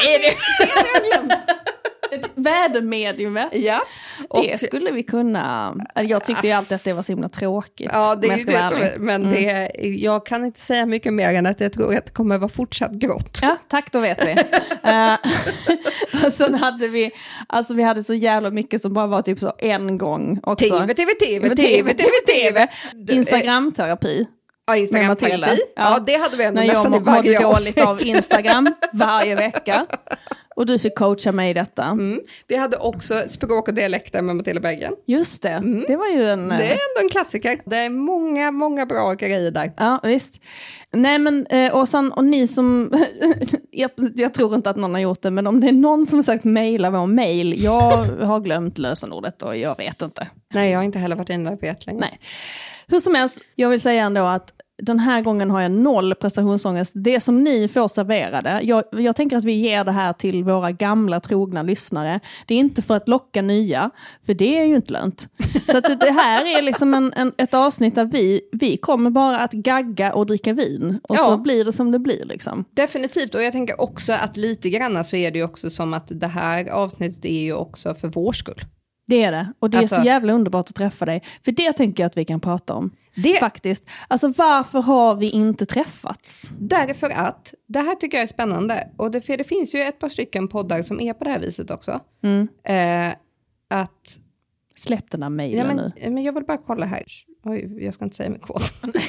Vädermediumet. Ja. Och det skulle vi kunna... Jag tyckte ju alltid att det var så himla tråkigt. Ja, det är ju det som, men mm. det, jag kan inte säga mycket mer än att jag tror att det kommer vara fortsatt grått. Ja, tack, då vet vi. uh, och sen hade vi... Alltså vi hade så jävla mycket som bara var typ så en gång också. T V, T V, T V, T V, T V, T V. Instagramterapi. Ja, Instagram-terapi. Ja. ja, det hade vi ändå när nästan jag i varje mådde dåligt av Instagram varje vecka. Och du fick coacha mig i detta. Mm. Vi hade också språk och dialekter med Matilda Berggren. Just det, mm. det var ju en... Det är ändå en klassiker. Det är många, många bra grejer där. Ja, visst. Nej men, och, sen, och ni som... jag, jag tror inte att någon har gjort det, men om det är någon som har sökt mejla vår mejl, jag har glömt lösenordet och jag vet inte. Nej, jag har inte heller varit inne där på jättelänge. Nej. Hur som helst, jag vill säga ändå att den här gången har jag noll prestationsångest. Det som ni får serverade, jag, jag tänker att vi ger det här till våra gamla trogna lyssnare. Det är inte för att locka nya, för det är ju inte lönt. Så att det här är liksom en, en, ett avsnitt där vi, vi kommer bara att gagga och dricka vin. Och ja. så blir det som det blir liksom. Definitivt, och jag tänker också att lite grann så är det ju också som att det här avsnittet är ju också för vår skull. Det är det. Och det alltså, är så jävla underbart att träffa dig. För det tänker jag att vi kan prata om. Det... Faktiskt. Alltså varför har vi inte träffats? Därför att, det här tycker jag är spännande. Och det, för det finns ju ett par stycken poddar som är på det här viset också. Mm. Eh, att... Släpp den här mejlen ja, men, nu. Men jag vill bara kolla här. Oj, jag ska inte säga min kod. Okej,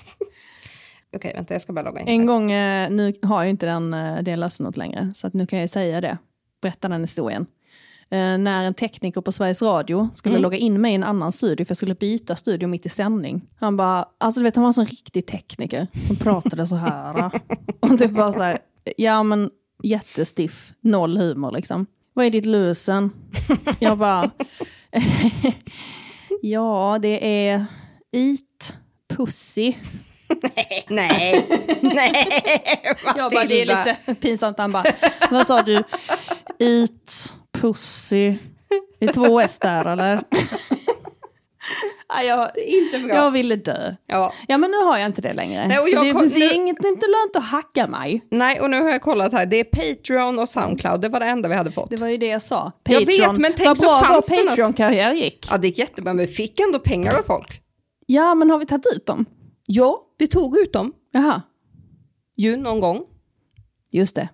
okay, vänta, jag ska bara logga in. En gång, eh, nu har jag inte den, det lösenordet längre. Så att nu kan jag säga det. Berätta den historien. Eh, när en tekniker på Sveriges Radio skulle mm. logga in mig i en annan studio, för jag skulle byta studio mitt i sändning. Han bara, alltså du vet, han var en sån riktig tekniker som pratade så här. Och det var så här, ja men jättestiff, noll humor liksom. Vad är ditt lösen? Jag bara, ja det är it, pussy. Nej, nej, nej. Jag bara, det är lite pinsamt. Han bara, vad sa du? It, pussy. Det är två S där, eller? Ja, jag, det är inte bra. Jag ville dö. Ja. Ja, men nu har jag inte det längre. Nej, och så jag, det, det, är inget, det är inte lönt att hacka mig. Nej, och nu har jag kollat här. Det är Patreon och Soundcloud. Det var det enda vi hade fått. Det var ju det jag sa. Patreon. Jag vet, men tänk så bra fanns vår Patreon-karriär gick. Ja, det gick jättebra. Men vi fick ändå pengar av folk. Ja, men har vi tagit ut dem? Ja, vi tog ut dem. Jaha. Ju någon gång. Just det.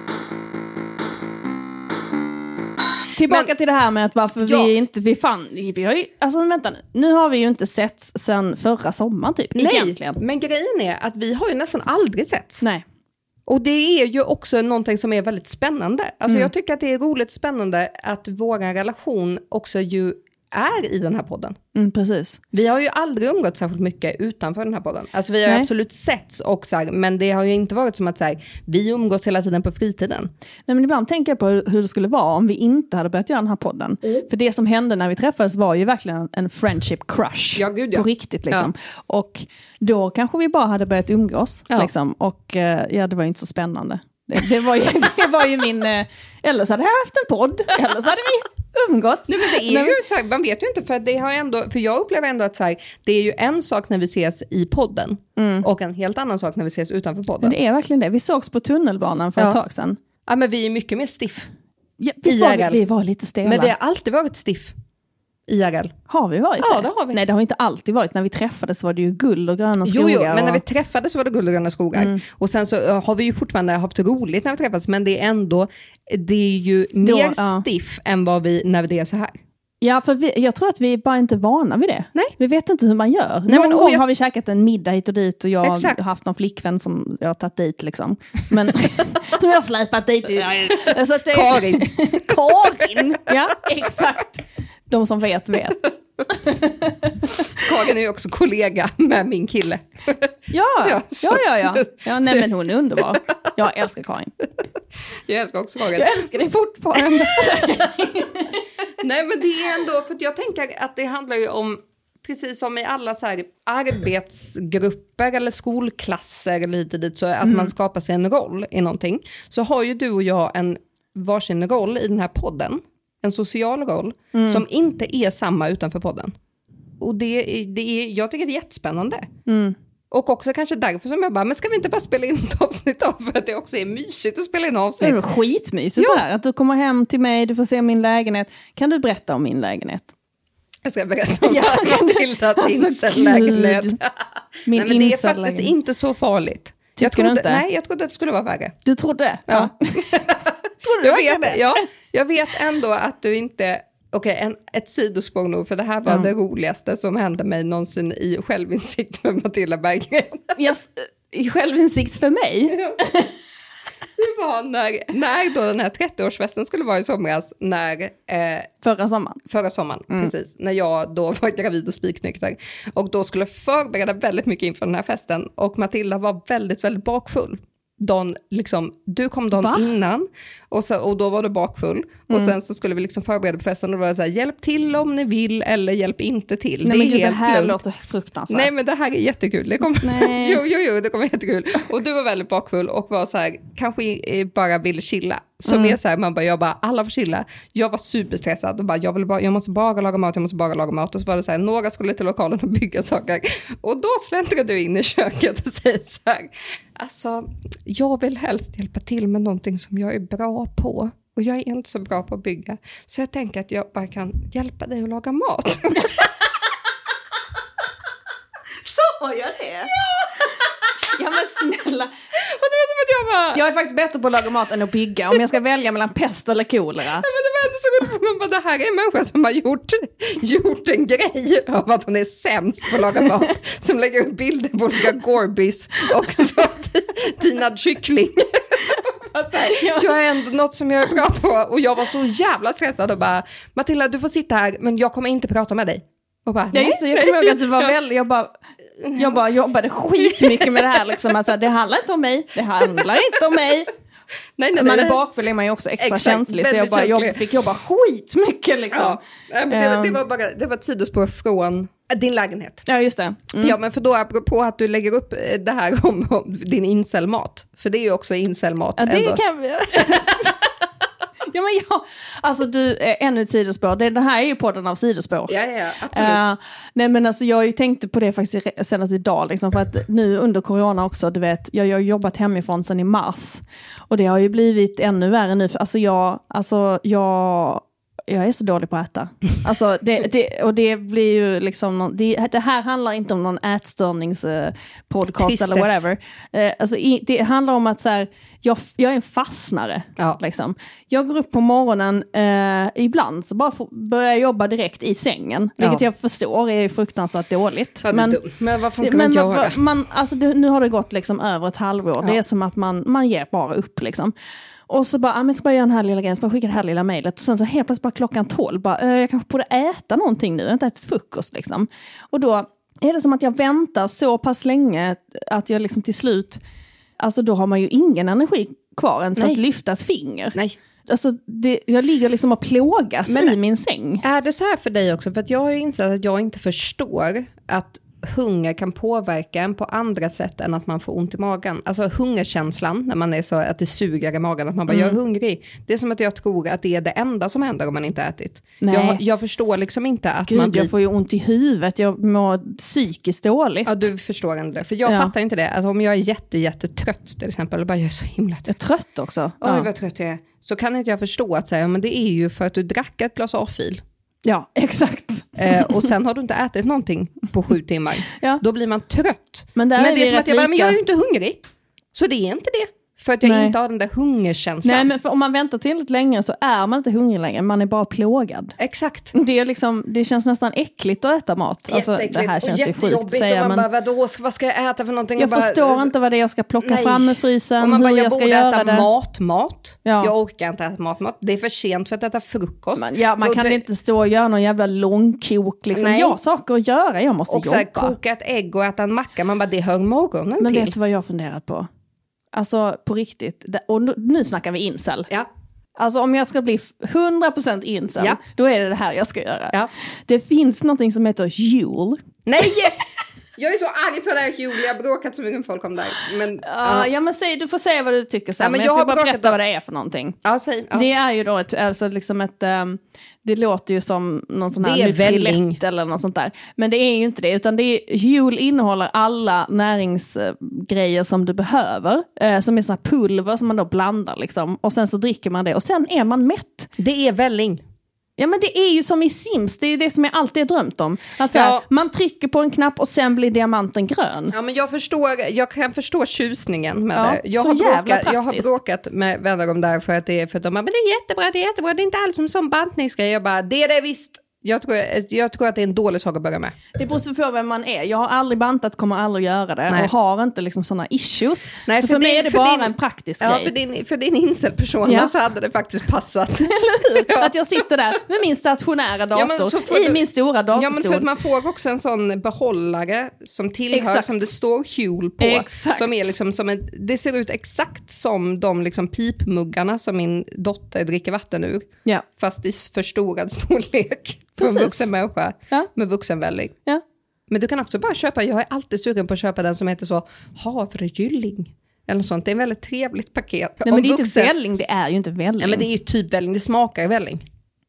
Tillbaka men, till det här med att varför ja. vi inte, vi fann, vi har ju, alltså vänta nu, nu har vi ju inte sett sen förra sommaren typ, nej, egentligen. Men grejen är att vi har ju nästan aldrig sett. Nej. Och det är ju också någonting som är väldigt spännande. Alltså mm. jag tycker att det är roligt och spännande att vår relation också ju är i den här podden. Mm, precis. Vi har ju aldrig umgått särskilt mycket utanför den här podden. Alltså vi har Nej. absolut setts och så här, men det har ju inte varit som att så här, vi umgås hela tiden på fritiden. Nej, men ibland tänker jag på hur det skulle vara om vi inte hade börjat göra den här podden. Mm. För det som hände när vi träffades var ju verkligen en friendship crush. Ja, gud, ja. På riktigt liksom. Ja. Och då kanske vi bara hade börjat umgås. Ja. Liksom. Och ja, det var ju inte så spännande. Det, det, var, ju, det var ju min... Eller så hade jag haft en podd. Eller så hade vi umgåtts. Nej, men det är Nej. ju så här, man vet ju inte, för det har ändå, för jag upplever ändå att så här, det är ju en sak när vi ses i podden mm. och en helt annan sak när vi ses utanför podden. Men det är verkligen det. Vi sågs på tunnelbanan för ja. ett tag sedan. Ja, men vi är mycket mer stiff. Ja, visst var vi, vi var lite stela. Men vi har alltid varit stiff. I R L. Har vi varit ja, det? det har vi. Nej, det har vi inte alltid varit. När vi träffades var det ju guld och gröna skogar. Jo, jo men och... när vi träffades var det guld och gröna skogar. Mm. Och sen så har vi ju fortfarande haft roligt när vi träffades, men det är ändå, det är ju Då, mer ja. stiff än vad vi, när det är så här. Ja, för vi, jag tror att vi bara inte är vana vid det. Nej. Vi vet inte hur man gör. Nej, Någon men, gång jag... har vi käkat en middag hit och dit och jag Exakt. har haft någon flickvän som jag har tagit dit liksom. Men som jag har släpat dit. Så att det... Karin. Karin, ja exakt. De som vet vet. Karin är ju också kollega med min kille. Ja, ja, ja, ja, ja. ja nej, men hon är underbar. Jag älskar Karin. Jag älskar också Karin. Jag älskar dig fortfarande. Nej, men det är ändå, för jag tänker att det handlar ju om, precis som i alla så här arbetsgrupper eller skolklasser eller lite dit, så att mm. man skapar sig en roll i någonting. Så har ju du och jag en varsin roll i den här podden. En social roll mm. som inte är samma utanför podden. Och det, det är, jag tycker det är jättespännande. Mm. Och också kanske därför som jag bara, men ska vi inte bara spela in ett avsnitt av? För att det också är mysigt att spela in avsnitt. Det är skitmysigt ja. där. Att du kommer hem till mig, du får se min lägenhet. Kan du berätta om min lägenhet? Jag ska berätta om ja, Matildas alltså, incellägenhet. Min nej, men det är faktiskt inte så farligt. Jag trodde, inte? Nej, jag trodde att det skulle vara värre. Du trodde? Ja. ja. trodde du jag, vet, det? Ja, jag vet ändå att du inte... Okej, okay, ett sidospår nog, för det här var mm. det roligaste som hände mig någonsin i självinsikt med Matilda Berggren. Yes, i självinsikt för mig? Ja. Det var när, när då den här trettioårsfesten skulle vara i somras, när... Eh, förra sommaren. Förra sommaren, mm. precis. När jag då var gravid och spiknykter. Och då skulle förbereda väldigt mycket inför den här festen. Och Matilda var väldigt, väldigt bakfull. Dagen, liksom, du kom dagen Va? innan och, så, och då var du bakfull mm. och sen så skulle vi liksom förbereda på festen och då var det så här, hjälp till om ni vill eller hjälp inte till. Nej, det är men helt det här lugnt. låter fruktansvärt. Nej, men det här är jättekul. Det kommer, Nej. jo, jo, jo, det kommer jättekul. Och du var väldigt bakfull och var så här, kanske bara ville chilla. Så mm. mer så här, man bara, jag bara, alla får chilla. Jag var superstressad och bara, jag, vill bara, jag måste bara laga mat, jag måste bara laga mat. Och så var det så här, några skulle till lokalen och bygga saker. Och då släntrade du in i köket och säger så här, alltså, jag vill helst hjälpa till med någonting som jag är bra på. Och jag är inte så bra på att bygga. Så jag tänker att jag bara kan hjälpa dig att laga mat. Så jag det? Ja! Ja men snälla. Och det var som att jag bara... Jag är faktiskt bättre på att laga mat än att bygga. Om jag ska välja mellan pest eller kolera. Ja, men det var inte så gott. Man bara, det här är en människa som har gjort, gjort en grej av att hon är sämst på att laga mat. Som lägger upp bilder på olika Gorbis och så tinad kyckling. Jag är ändå något som jag är bra på. Och jag var så jävla stressad och bara, Matilda, du får sitta här men jag kommer inte prata med dig. Och bara, ja, just det, jag kommer ihåg att du var väldigt, jag bara, jag bara jobbade skitmycket med det här liksom, alltså, det handlar inte om mig, det handlar inte om mig. Nej, nej, man nej, är bakfull är man ju också extra exakt, känslig, så jag bara jobb, fick jobba skitmycket liksom. Ja, men det, det var bara, det var ett sidospår från din lägenhet. Ja, just det. Mm. Ja, men för då apropå att du lägger upp det här om, om din incelmat, för det är ju också incelmat. Ja, det ändå. kan vi. Ja, men ja, alltså du, ännu ett sidospår. Det, det här är ju podden av sidospår. Ja, ja, absolut. Uh, nej, men alltså jag tänkte på det faktiskt senast idag, liksom, för att nu under corona också, du vet, jag, jag har jobbat hemifrån sedan i mars. Och det har ju blivit ännu värre nu, för alltså jag, alltså jag, jag är så dålig på att äta. Alltså det, det, och det blir ju liksom, det, det här handlar inte om någon ätstörningspodcast Tristes. eller whatever. Eh, alltså i, det handlar om att så här, jag, jag är en fastnare. Ja. Liksom. Jag går upp på morgonen, eh, ibland så bara får, börjar jag jobba direkt i sängen. Ja. Vilket jag förstår är fruktansvärt dåligt. Ja, men, men vad fan ska men, man göra? Man, alltså det, nu har det gått liksom över ett halvår. Ja. Det är som att man, man ger bara upp liksom. Och så bara, men så bara göra den här lilla grejen, så bara skicka det här lilla mejlet. Och sen så helt plötsligt bara klockan tolv, bara, äh, jag kanske borde äta någonting nu, jag har inte ätit frukost liksom. Och då är det som att jag väntar så pass länge att jag liksom till slut, alltså då har man ju ingen energi kvar ens att lyfta ett finger. Nej. Alltså det, jag ligger liksom och plågas men i min säng. Är det så här för dig också? För att jag har ju insett att jag inte förstår att hunger kan påverka en på andra sätt än att man får ont i magen. Alltså hungerkänslan, när man är så att det suger i magen, att man bara, mm. jag är hungrig. Det är som att jag tror att det är det enda som händer om man inte ätit. Jag, jag förstår liksom inte att Gud, man blir... jag får ju ont i huvudet, jag mår psykiskt dåligt. Ja, du förstår inte det. För jag ja. fattar inte det. Att om jag är jätte, jätte trött till exempel, bara jag är så himla trött. Jag är trött också. Oj, ja. vad trött jag är. Så kan inte jag förstå att säga, men det är ju för att du drack ett glas A-fil. Ja, exakt. Eh, och sen har du inte ätit någonting på sju timmar. Ja. Då blir man trött. Men, där men är det är som att jag bara, men jag är ju inte hungrig. Så det är inte det. För att jag Nej. inte har den där hungerkänslan. Nej, men för om man väntar tillräckligt länge så är man inte hungrig längre. Man är bara plågad. Exakt. Det, är liksom, det känns nästan äckligt att äta mat. Alltså, det här känns ju sjukt. Säga, och man men... bara, vadå, vad ska jag äta för någonting? Jag bara, förstår inte vad det är jag ska plocka Nej. fram ur frysen. Och man bara, hur jag, jag ska borde göra äta det. mat, mat. Ja. Jag orkar inte äta mat, mat. Det är för sent för att äta frukost. Men, ja, man för kan att... inte stå och göra någon jävla långkok. Liksom. Jag har saker att göra, jag måste och jobba. Och koka ett ägg och äta en macka. Man bara, det hör morgonen men till. Men vet du vad jag funderat på? Alltså på riktigt, och nu, nu snackar vi incel. Ja. Alltså om jag ska bli hundra procent incel, ja. då är det det här jag ska göra. Ja. Det finns någonting som heter Juul. Nej! Jag är så arg på det här Juul, jag har bråkat så mycket med folk om det här. Men, uh, uh. Ja men säg, du får säga vad du tycker sen, ja, men, men jag, jag ska bara berätta då. vad det är för någonting. Ja, säg, ja. Det är ju då ett, alltså liksom ett, um, det låter ju som någon sån här Nutrilett eller något sånt där. Men det är ju inte det, utan det är, Juul innehåller alla näringsgrejer som du behöver. Uh, som är såna här pulver som man då blandar liksom. Och sen så dricker man det och sen är man mätt. Det är välling. Ja men det är ju som i Sims, det är ju det som jag alltid har drömt om. Att så här, ja. man trycker på en knapp och sen blir diamanten grön. Ja men jag förstår, jag kan förstå tjusningen med ja, det. Jag så har, jävla bråkat, jag har bråkat med vänner om det här för att det är för att de bara, men det är jättebra, det är jättebra, det är inte alls som en sån bantningsgrej. Jag bara, det är det visst. Jag tror, jag tror att det är en dålig sak att börja med. Det beror på vem man är. Jag har aldrig bantat, kommer aldrig göra det. Nej. Och har inte liksom sådana issues. Nej, så för, för mig din, är det bara din, en praktisk ja, grej. För din, för din incel-person ja. så hade det faktiskt passat. ja. Att jag sitter där med min stationära dator ja, i du, min stora datorstol. Ja, men för att man får också en sån behållare som tillhör, exakt. som det står Juul på. Exakt. Som är liksom som en, det ser ut exakt som de liksom pipmuggarna som min dotter dricker vatten ur. Ja. Fast i förstorad storlek. För en vuxen människa ja. med vuxenvälling. Ja. Men du kan också bara köpa, jag är alltid sugen på att köpa den som heter så havregylling. Eller något sånt, det är en väldigt trevligt paket. Nej, men det är vuxen... inte välling, det är ju inte välling. Ja, men det är ju typ välling, det smakar välling.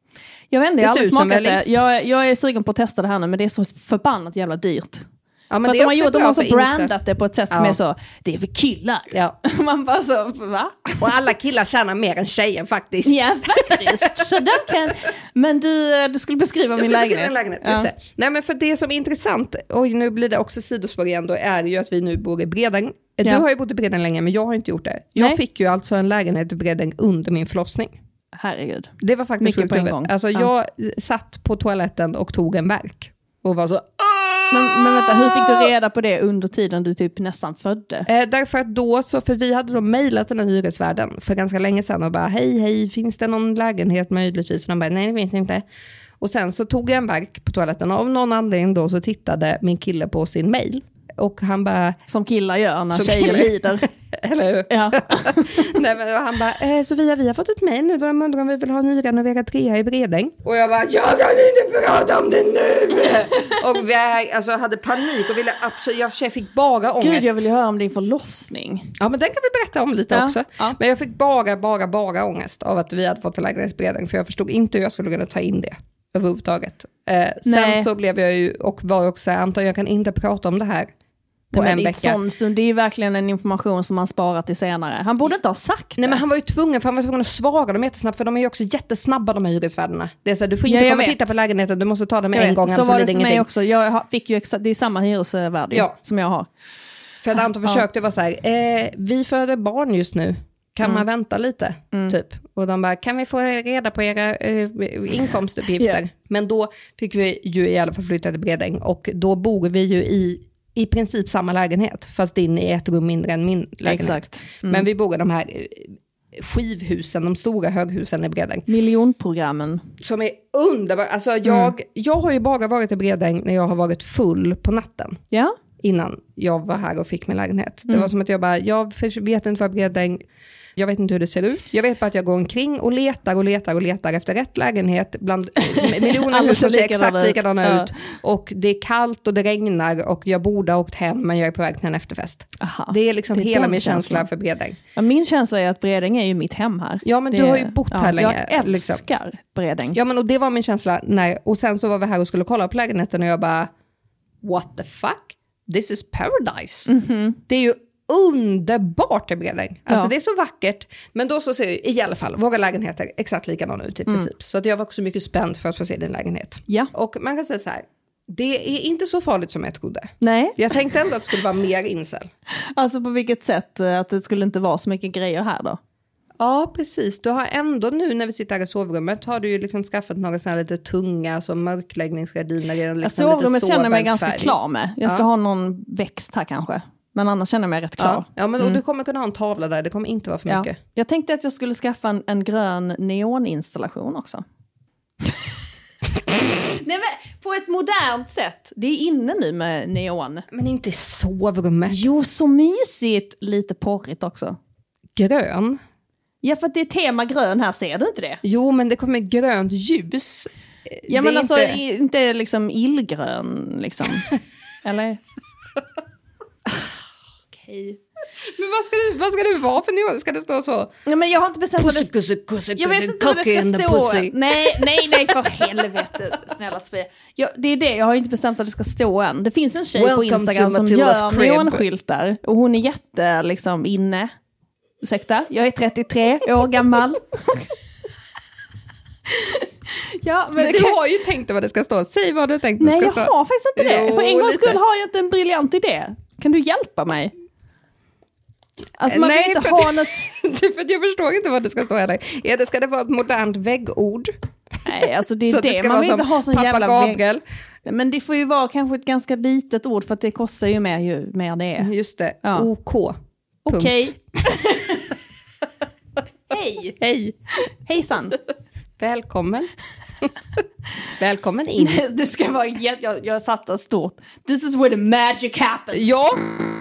Jag vet inte, jag har aldrig smakat det. Jag, jag är sugen på att testa det här nu, men det är så förbannat jävla dyrt. Ja, men för det att de har, gjort, de har så brandat insett. det på ett sätt som ja. är så, det är för killar. Ja. Man bara så, va? Och alla killar tjänar mer än tjejer faktiskt. Ja, faktiskt. Så den kan... Men du, du skulle beskriva jag min skulle lägenhet. Beskriva min lägenhet. Just ja. det. Nej, men för det som är intressant, och nu blir det också sidospår igen, då är ju att vi nu bor i Bredäng. Ja. Du har ju bott i Bredäng länge, men jag har inte gjort det. Jag Nej. fick ju alltså en lägenhet i Bredäng under min förlossning. Herregud. Det var faktiskt mycket på en gång. Alltså ja. jag satt på toaletten och tog en verk. Och var så... Men, men vänta, hur fick du reda på det under tiden du typ nästan födde? Eh, därför att då, så, för vi hade då mejlat den här hyresvärden för ganska länge sedan och bara, hej, hej, finns det någon lägenhet möjligtvis? Och de bara, nej det finns inte. Och sen så tog jag en verk på toaletten och av någon anledning då så tittade min kille på sin mejl. Och han bara... Som killar gör när tjejer lider. Eller hur? Ja. Nej, men han bara, eh, Sofia, vi har fått ett mejl nu då de undrar om vi vill ha en nyrenoverad trea i Bredäng. Och jag bara, jag kan inte prata om det nu! Och vi alltså, hade panik och ville absolut, jag fick bara ångest. Gud, jag vill ju höra om din förlossning. Ja, men den kan vi berätta om lite ja. också. Ja. Men jag fick bara, bara, bara ångest av att vi hade fått en lägenhet i Bredäng. För jag förstod inte hur jag skulle kunna ta in det överhuvudtaget. Eh, sen så blev jag ju, och var också, jag antar jag kan inte prata om det här. På Nej, en men vecka. Sån stund, det är verkligen en information som man sparar till senare. Han borde inte ha sagt det. Nej, men han var ju tvungen, för han var tvungen att svara dem jättesnabbt, för de är ju också jättesnabba, de här hyresvärdarna. Det är så här, du får inte ja, komma och titta på lägenheten, du måste ta det med jag en vet. gång. Så var det för mig också. Jag fick ju exakt, det är samma hyresvärd ja. som jag har. För ett antal försök, det var så här, eh, vi föder barn just nu. Kan mm. man vänta lite? Mm. Typ. Och de bara, kan vi få reda på era eh, inkomstuppgifter? Yeah. Men då fick vi ju i alla fall flytta till Bredäng. Och då bor vi ju i i princip samma lägenhet. Fast din är ett rum mindre än min lägenhet. Exakt. Mm. Men vi bor i de här skivhusen, de stora höghusen i Bredäng. Miljonprogrammen. Som är underbara. Alltså jag, mm. jag har ju bara varit i Bredäng när jag har varit full på natten. Ja. Innan jag var här och fick min lägenhet. Mm. Det var som att jag bara, jag vet inte vad Bredäng... Jag vet inte hur det ser ut. Jag vet bara att jag går omkring och letar och letar och letar efter rätt lägenhet bland miljoner hus som ser exakt likadana ut. Ja. Och det är kallt och det regnar och jag borde ha åkt hem men jag är på väg till en efterfest. Aha, det är liksom det är hela min känsla känslan. För Bredäng. Ja, min känsla är att Bredäng är ju mitt hem här. Ja, men det du har ju bott ja, här länge. Jag älskar liksom. Bredäng. Ja, men och det var min känsla. När, och sen så var vi här och skulle kolla på lägenheten och jag bara, what the fuck? This is paradise. Mm-hmm. Det är ju underbart i Bredäng. Alltså ja. Det är så vackert. Men då så ser i alla fall våra lägenheter exakt likadana ut i princip. Mm. Så att jag var också mycket spänd för att få se din lägenhet. Ja. Och man kan säga så här, det är inte så farligt som jag trodde. Nej. Jag tänkte ändå att det skulle vara mer incel. Alltså på vilket sätt? Att det skulle inte vara så mycket grejer här då? Ja, precis. Du har ändå nu när vi sitter här i sovrummet har du ju liksom skaffat några sådana lite tunga som mörkläggningsgardiner. Liksom ja, sovrummet känner jag mig ganska klar med. Jag ska ja. ha någon växt här kanske. Men annars känner jag mig rätt klar. Ja, ja men mm. och du kommer kunna ha en tavla där. Det kommer inte vara för mycket. Ja. Jag tänkte att jag skulle skaffa en, en grön neoninstallation också. Nej, men på ett modernt sätt. Det är inne nu med neon. Men inte i sovrummet. Jo, så mysigt. Lite porrigt också. Grön? Ja, för att det är tema grön här, ser du inte det? Jo, men det kommer grönt ljus. Ja, men alltså inte, inte liksom illgrön liksom. Eller? Okej. Men vad ska, det, vad ska det vara för neon? Ska det stå så? Ja, men jag har inte bestämt pussy, pussy, pussy, jag vet inte vad det ska stå. Nej, nej, nej, för helvete. Snälla Sofia. Jag, det är det, jag har inte bestämt att det ska stå än. Det finns en tjej Welcome på Instagram som gör neonskyltar. Och hon är jätte liksom inne. Ursäkta, jag är trettiotre år gammal. Ja, men men du kan... har ju tänkt vad det ska stå. Säg vad du tänkt. Nej, ska jag stå. har faktiskt inte det. Jo, för en gångs lite. skull har jag inte en briljant idé. Kan du hjälpa mig? Alltså man Nej, vill inte för, ha något... för jag förstår inte vad det ska stå heller. Ja, det ska det vara ett modernt väggord. Nej, alltså det är så det. det man vill inte ha sån pappa jävla Gabriel. Vägg... Men det får ju vara kanske ett ganska litet ord för att det kostar ju mer ju mer det är. Just det. Ja. OK. Okej. Hej. Hej. Hejsan. Välkommen. Välkommen in. Det ska vara jätte... Jag, jag satt stort. This is where the magic happens. Ja.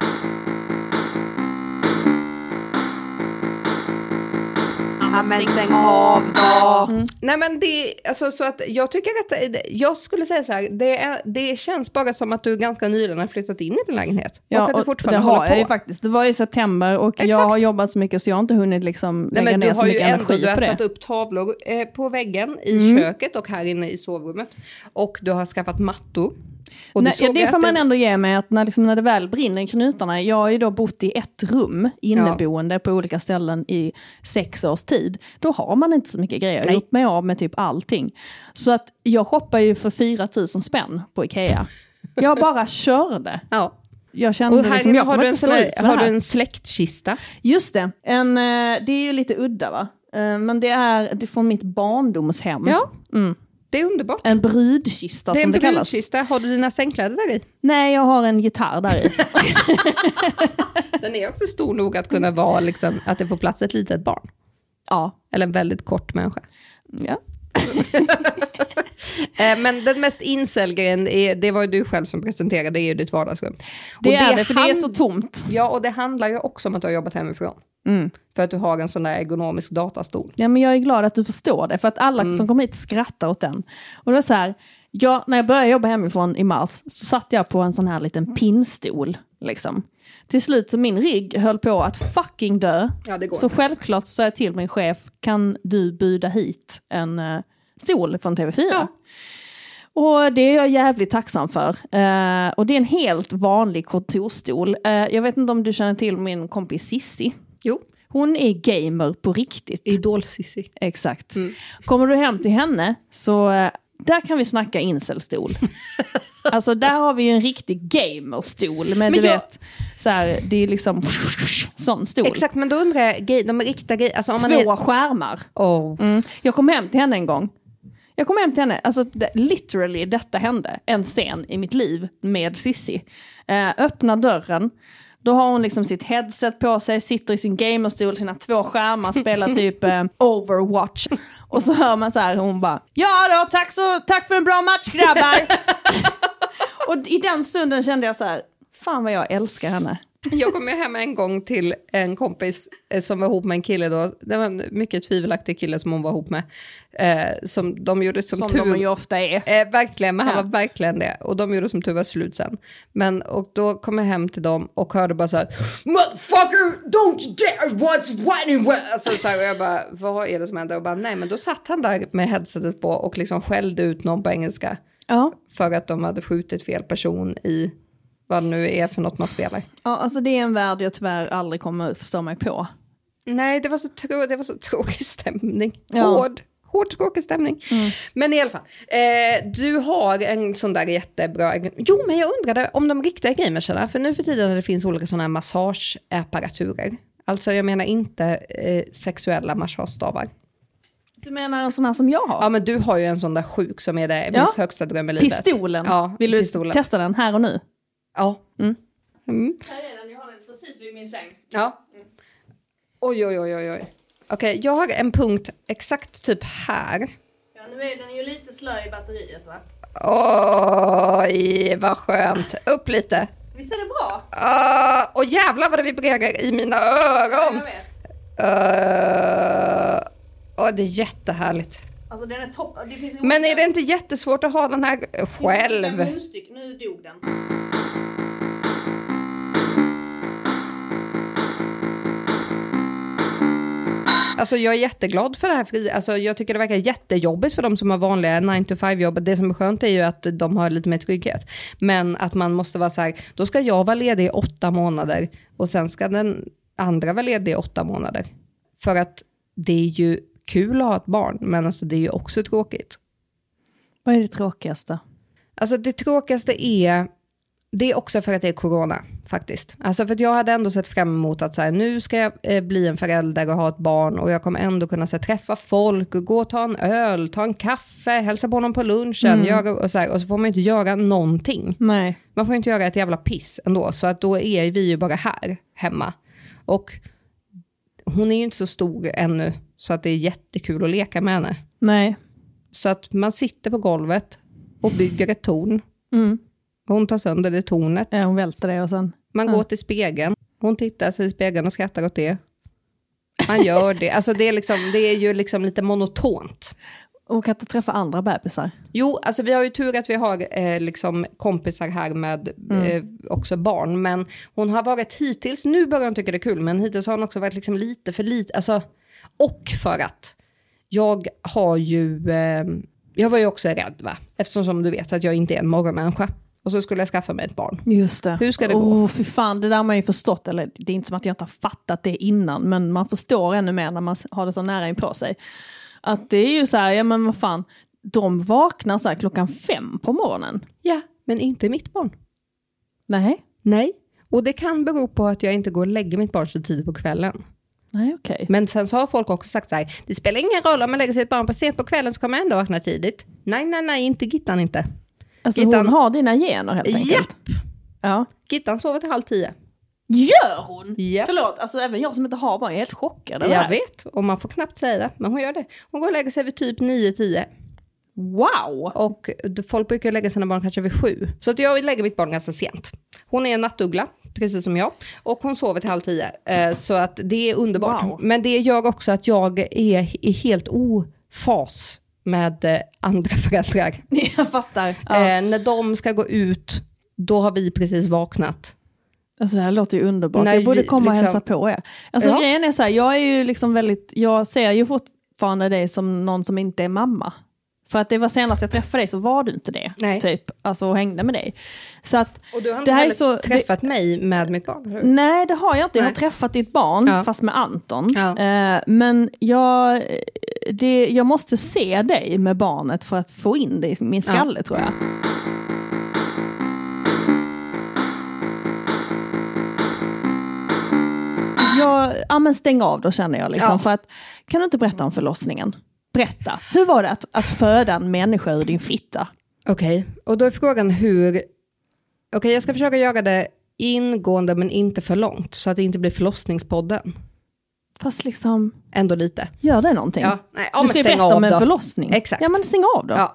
Ja, men stäng av då. Mm. Nej, men det, alltså, så att jag tycker att jag skulle säga så här, det, är, det känns bara som att du ganska nyligen har flyttat in i din lägenhet. Ja, och att du fortfarande det har jag på. ju faktiskt. Det var i september och Exakt. jag har jobbat så mycket så jag har inte hunnit liksom lägga Nej, ner så mycket energi på det. Du har satt upp tavlor eh, på väggen i mm. köket och här inne i sovrummet. Och du har skaffat mattor. Och Nej, ja, det får man ändå ge mig att när, liksom, när det väl brinner i knutarna, jag har ju då bott i ett rum inneboende ja. på olika ställen i sex års tid, då har man inte så mycket grejer. Jag har gjort mig av med typ allting. Så att jag shoppar ju för fyra tusen spänn på Ikea. Jag bara körde. Ja. Jag kände och här liksom, jag har, du en, sån här, har här. du en släktkista? Just det, en, det är ju lite udda va? Men det är, det är från mitt barndomshem. Ja. Mm. Det är underbart. En brudkista som det kallas. Det är en brudkista. Har du dina sängkläder där i? Nej, jag har en gitarr där i. Den är också stor nog att kunna vara liksom, att det får plats ett litet barn. Ja. Eller en väldigt kort människa. Ja. Men den mest incel-grejen, är, det var ju du själv som presenterade, det är ju ditt vardagsrum. Det och är det, det, för hand... det är så tomt. Ja, och det handlar ju också om att du har jobbat hemifrån. Mm. För att du har en sån där ergonomisk datastol. Ja, men jag är glad att du förstår det. För att alla mm. som kommer hit skrattar åt den. Och det är så här, jag, när jag började jobba hemifrån i mars så satt jag på en sån här liten pinnstol. Liksom. Till slut så min rygg höll på att fucking dö. Ja, det går. Så självklart sa jag till min chef, kan du buda hit en uh, stol från T V fyra? Ja. Och det är jag jävligt tacksam för. Uh, och det är en helt vanlig kontorstol. Uh, jag vet inte om du känner till min kompis Sissi. Jo. Hon är gamer på riktigt. Idol-Sissi. Exakt. Mm. Kommer du hem till henne så uh, där kan vi snacka incelstol. Alltså där har vi ju en riktig gamerstol. Men, men du jag... vet, så här, det är liksom sån stol. Exakt, men då undrar jag, de riktiga grejer. Alltså, om Två man är... skärmar. Oh. Mm. Jag kom hem till henne en gång. Jag kom hem till henne, alltså det, literally detta hände. En scen i mitt liv med Sissi. Eh, öppna dörren. Då har hon liksom sitt headset på sig, sitter i sin gamerstol, sina två skärmar, spelar typ eh, Overwatch. Och så hör man så här, hon bara, ja då, tack, så, tack för en bra match grabbar. Och i den stunden kände jag så här, fan vad jag älskar henne. Jag kom hem en gång till en kompis eh, som var ihop med en kille då. Det var en mycket tvivelaktig kille som hon var ihop med. Eh, som de gjorde som, som tur. Som de ju ofta är. Eh, verkligen, men han ja. var verkligen det. Och de gjorde som tur var slut sen. Men, och då kom jag hem till dem och hörde bara så här: motherfucker, don't you dare watch whining. Alltså så här, och jag bara, vad är det som händer? Och bara, nej, men då satt han där med headsetet på och liksom skällde ut någon på engelska. Ja. För att de hade skjutit fel person i vad det nu är för något man spelar. Ja, alltså det är en värld jag tyvärr aldrig kommer att förstå mig på. Nej, det var så, trå- det var så tråkig stämning. Ja. Hård, hård tråkig stämning. Mm. Men i alla fall, eh, du har en sån där jättebra... Jo, men jag undrade om de riktiga gamersarna, för nu för tiden när det finns olika såna här massageapparaturer. Alltså jag menar inte eh, sexuella massagestavar. Du menar en sån här som jag har? Ja, men du har ju en sån där sjuk som är det ja. min högsta dröm i livet. Pistolen. Ja, vill du pistolen. testa den här och nu? Ja. Mm. Mm. Här är den, jag har den precis vid min säng. Ja. Mm. Oj, oj, oj, oj, oj. Okej, okay, jag har en punkt exakt typ här. Ja, nu är den ju lite slö i batteriet, va? Oj, vad skönt. Upp lite. Visst är det bra? Åh, uh, jävlar vad det vibrerar i mina öron. Ja, jag vet. Uh, åh, det är jättehärligt. Alltså den är topp. Det finns men är det inte jättesvårt att ha den här själv? Nu dog den. Alltså jag är jätteglad för det här fri. Alltså jag tycker det verkar jättejobbigt för de som har vanliga nine to five jobb. Det som är skönt är ju att de har lite mer trygghet. Men att man måste vara så här, då ska jag vara ledig i åtta månader och sen ska den andra vara ledig i åtta månader. För att det är ju kul att ha ett barn, men alltså det är ju också tråkigt. Vad är det tråkigaste? Alltså det tråkigaste är, det är också för att det är corona faktiskt. Alltså för att jag hade ändå sett fram emot att så här, nu ska jag eh, bli en förälder och ha ett barn och jag kommer ändå kunna så här, träffa folk och gå och ta en öl, ta en kaffe, hälsa på någon på lunchen, mm. göra, och, så här, och så får man inte göra någonting. Nej. Man får inte göra ett jävla piss ändå, så att då är vi ju bara här hemma. Och hon är ju inte så stor ännu så att det är jättekul att leka med henne. Nej. Så att man sitter på golvet och bygger ett torn. Mm. Hon tar sönder det tornet. Ja, hon välter det och sen... Man ja. går till spegeln. Hon tittar sig i spegeln och skrattar åt det. Man gör det. Alltså det är, liksom, det är ju liksom lite monotont. Och kan inte träffa andra bebisar? Jo, alltså vi har ju tur att vi har eh, liksom kompisar här med mm. eh, också barn. Men hon har varit hittills, nu börjar hon tycka det är kul, men hittills har hon också varit liksom lite för lite. Alltså, och för att jag har ju, eh, jag var ju också rädd va? Eftersom som du vet att jag inte är en morgonmänniska. Och så skulle jag skaffa mig ett barn. Just det. Hur ska det oh, gå? Fy fan, det där har man ju förstått. Eller det är inte som att jag inte har fattat det innan. Men man förstår ännu mer när man har det så nära in på sig. Att det är ju så här, ja men vad fan. De vaknar så här klockan fem på morgonen. Ja, men inte mitt barn. Nej. Nej. Och det kan bero på att jag inte går och lägger mitt barn så tidigt på kvällen. Nej, okej. Okay. Men sen så har folk också sagt så här, det spelar ingen roll om man lägger sitt barn på sent på kvällen så kommer jag ändå vakna tidigt. Nej, nej, nej, inte Gittan inte. Alltså Gittan... hon har dina gener helt enkelt. Japp. Ja. Gittan sover till halv tio. Gör hon? Yep. Förlåt, alltså även jag som inte har barn är helt chockad. Jag här. vet, och man får knappt säga det, men hon gör det. Hon går och lägger sig vid typ nio tio. Wow! Och folk brukar lägga sina barn kanske vid sju. Så att jag lägger mitt barn ganska sent. Hon är en nattuggla, precis som jag. Och hon sover till halv tio. Så att det är underbart. Wow. Men det gör också att jag är, är helt ofas med andra föräldrar. Jag fattar. Ja. Eh, när de ska gå ut, då har vi precis vaknat. Alltså det här låter ju underbart. När jag borde komma liksom... och hälsa på er. Alltså ja. grejen är så här, jag är ju liksom väldigt, jag ser ju fortfarande dig som någon som inte är mamma. För att det var senast jag träffade dig så var du inte det. Nej. Typ, alltså och hängde med dig. Så att och du har inte heller så, träffat det, mig med mitt barn? Hur? Nej, det har jag inte. Jag har träffat ditt barn, ja. fast med Anton. Ja. Eh, men jag, det, jag måste se dig med barnet för att få in det i min skalle, ja. tror jag. Jag, ja men stäng av då känner jag liksom. Ja. För att, kan du inte berätta om förlossningen? Berätta. Hur var det att, att föda en människa ur din fitta? Okej, okay. Och då är frågan hur... Okej, okay, jag ska försöka göra det ingående men inte för långt. Så att det inte blir förlossningspodden. Fast liksom... Ändå lite. Gör det någonting? Ja, nej, ja, du ska ju berätta om en förlossning. Exakt. Ja, men stäng av då. Ja.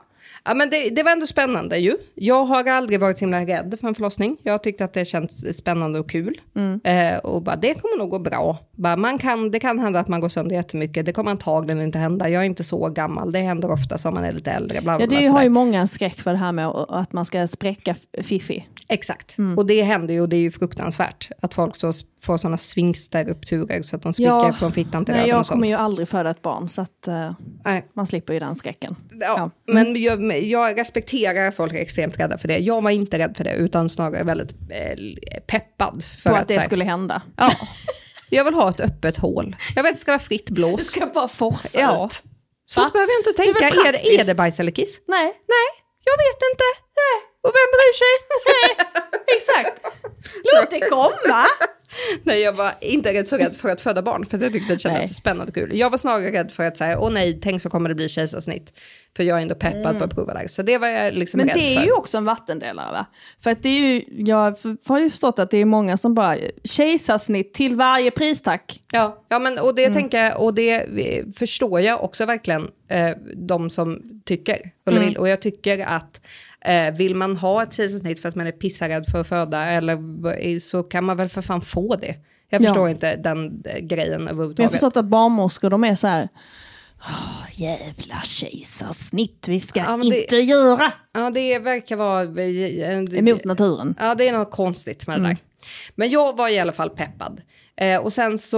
Ja, men det, det var ändå spännande ju. Jag har aldrig varit så himla rädd för en förlossning. Jag tyckte att det känns spännande och kul. Mm. Eh, och bara, det kommer nog gå bra. Bara, man kan, det kan hända att man går sönder jättemycket. Det kommer antagligen inte hända. Jag är inte så gammal. Det händer ofta som man är lite äldre. Bla, bla, bla, ja, det har ju många skräck för det här med att man ska spräcka fiffi. Exakt. Mm. Och det händer ju och det är ju fruktansvärt. Att folk så får sådana svingstarrupturer så att de spricker ja, från fittan till röven. Jag och sånt. kommer ju aldrig föda ett barn så att uh, man slipper ju den skräcken. Ja, ja. Mm. Men jag, jag respekterar att folk är extremt rädda för det. Jag var inte rädd för det utan snarare väldigt eh, peppad. För på att, att det här, skulle hända. Ja. Jag vill ha ett öppet hål. Jag vet att det ska vara fritt blås. Det ska bara forsa ja. ut. Så Va? behöver jag inte tänka, är, är, det, är det bajs eller kiss? Nej. Nej, jag vet inte. Nej. Och vem bryr sig? Nej, exakt. Låt det komma. Nej, jag var inte rädd så rädd för att föda barn. För jag tyckte det kändes nej. spännande och kul. Jag var snarare rädd för att säga, åh nej, tänk så kommer det bli kejsarsnitt. För jag är ändå peppad mm. på att prova det. Så det var jag liksom men rädd för. Men det är för. ju också en vattendelare va? För att det är ju, jag har ju förstått att det är många som bara, kejsarsnitt till varje pris tack. Ja, ja men och det mm. tänker jag, och det förstår jag också verkligen eh, de som tycker. Eller mm. vill. Och jag tycker att Eh, vill man ha ett kejsarsnitt för att man är pissarrädd för att föda eller så kan man väl för fan få det. Jag förstår ja. inte den eh, grejen överhuvudtaget. Jag har förstått att barnmorskor de är så här, oh, jävla kejsarsnitt vi ska ja, inte det, göra. Ja, det verkar vara eh, emot naturen. Ja, det är något konstigt med mm. det där. Men jag var i alla fall peppad. Eh, och sen så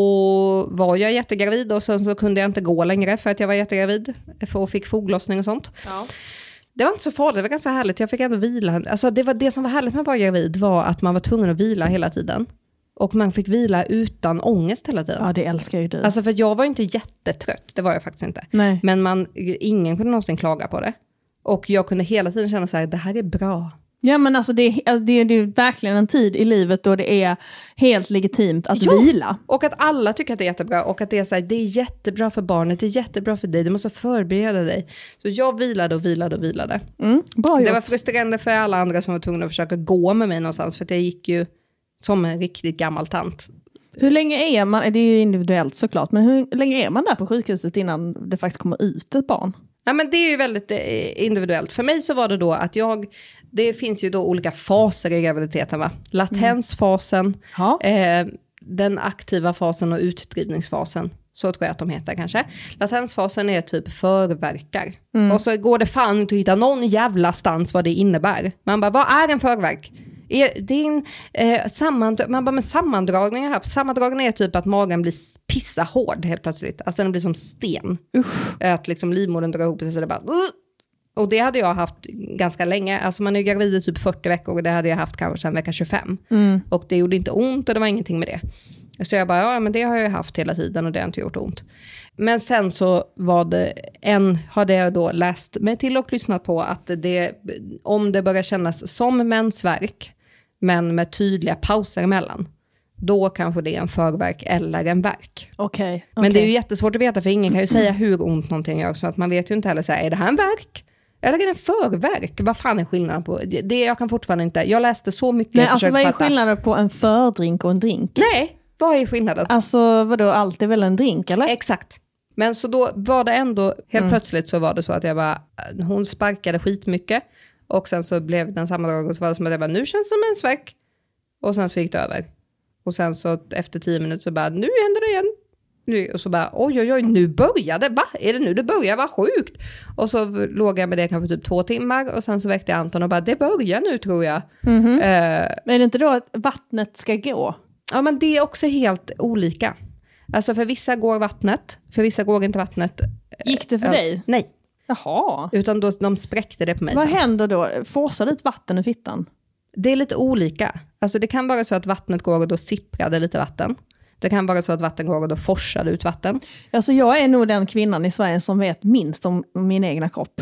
var jag jättegravid och sen så kunde jag inte gå längre för att jag var jättegravid och fick foglossning och sånt. Ja. Det var inte så farligt, det var ganska härligt. Jag fick ändå vila. Alltså det, var det som var härligt med att vara gravid var att man var tvungen att vila hela tiden. Och man fick vila utan ångest hela tiden. Ja, det älskar ju du. Alltså för jag var ju inte jättetrött, det var jag faktiskt inte. Nej. Men man, ingen kunde någonsin klaga på det. Och jag kunde hela tiden känna så här, det här är bra. Ja men alltså det, alltså det, det är verkligen en tid i livet då det är helt legitimt att jo. vila. Och att alla tycker att det är jättebra och att det är så här, det är jättebra för barnet, det är jättebra för dig, du måste förbereda dig. Så jag vilade och vilade och vilade. Mm, bra gjort. Det var frustrerande för alla andra som var tvungna att försöka gå med mig någonstans för att jag gick ju som en riktigt gammal tant. Hur länge är man, det är ju individuellt såklart, men hur länge är man där på sjukhuset innan det faktiskt kommer ut ett barn? Ja, men det är ju väldigt eh, individuellt. För mig så var det då att jag, det finns ju då olika faser i graviditeten va? Latensfasen, mm. eh, den aktiva fasen och utdrivningsfasen. Så tror jag att de heter kanske. Latensfasen är typ förverkar. Mm. Och så går det fan inte att hitta någon jävla stans vad det innebär. Man bara, vad är en förverk? Är din eh, sammand- man bara med sammandragningar här. Sammandragningar är typ att magen blir pissa hård helt plötsligt. Alltså den blir som sten. Usch. Att liksom livmodern drar ihop sig så det bara... Uh! Och det hade jag haft ganska länge. Alltså man är gravid i typ fyrtio veckor och det hade jag haft kanske sedan vecka tjugofem. Mm. Och det gjorde inte ont och det var ingenting med det. Så jag bara, ja men det har jag haft hela tiden och det har inte gjort ont. Men sen så var det en, hade jag då läst mig till och lyssnat på att det, om det börjar kännas som mensvärk men med tydliga pauser emellan, då kanske det är en förvärk eller en värk. Okej. Okay, men okay. det är ju jättesvårt att veta för ingen kan ju säga hur ont någonting gör så att man vet ju inte heller så här, är det här en värk? Eller är det en förvärk? Vad fan är skillnaden på det? Jag kan fortfarande inte, jag läste så mycket. Nej, alltså vad är skillnaden på en fördrink och en drink? Nej, vad är skillnaden? Alltså vadå, allt är väl en drink eller? Exakt. Men så då var det ändå, helt mm. plötsligt så var det så att jag bara, hon sparkade skitmycket. Och sen så blev den samma dag och så var det som att jag bara, nu känns det som en sväck. Och sen så gick det över. Och sen så efter tio minuter så bara, nu händer det igen. Nu, och så bara, oj oj oj, nu började det. Va? Är det nu det börjar? Vad sjukt. Och så låg jag med det kanske typ två timmar. Och sen så väckte jag Anton och bara, det börjar nu tror jag. Mm-hmm. Uh, men är det inte då att vattnet ska gå? Ja men det är också helt olika. Alltså för vissa går vattnet, för vissa går inte vattnet. Gick det för alltså, dig? Nej. Jaha. Utan då, de spräckte det på mig. Vad sen. händer då? Forsar det ut vatten i fittan? Det är lite olika. Alltså det kan vara så att vattnet går och då sipprade lite vatten. Det kan vara så att vatten går och då forsade ut vatten. Alltså jag är nog den kvinnan i Sverige som vet minst om min egna kropp.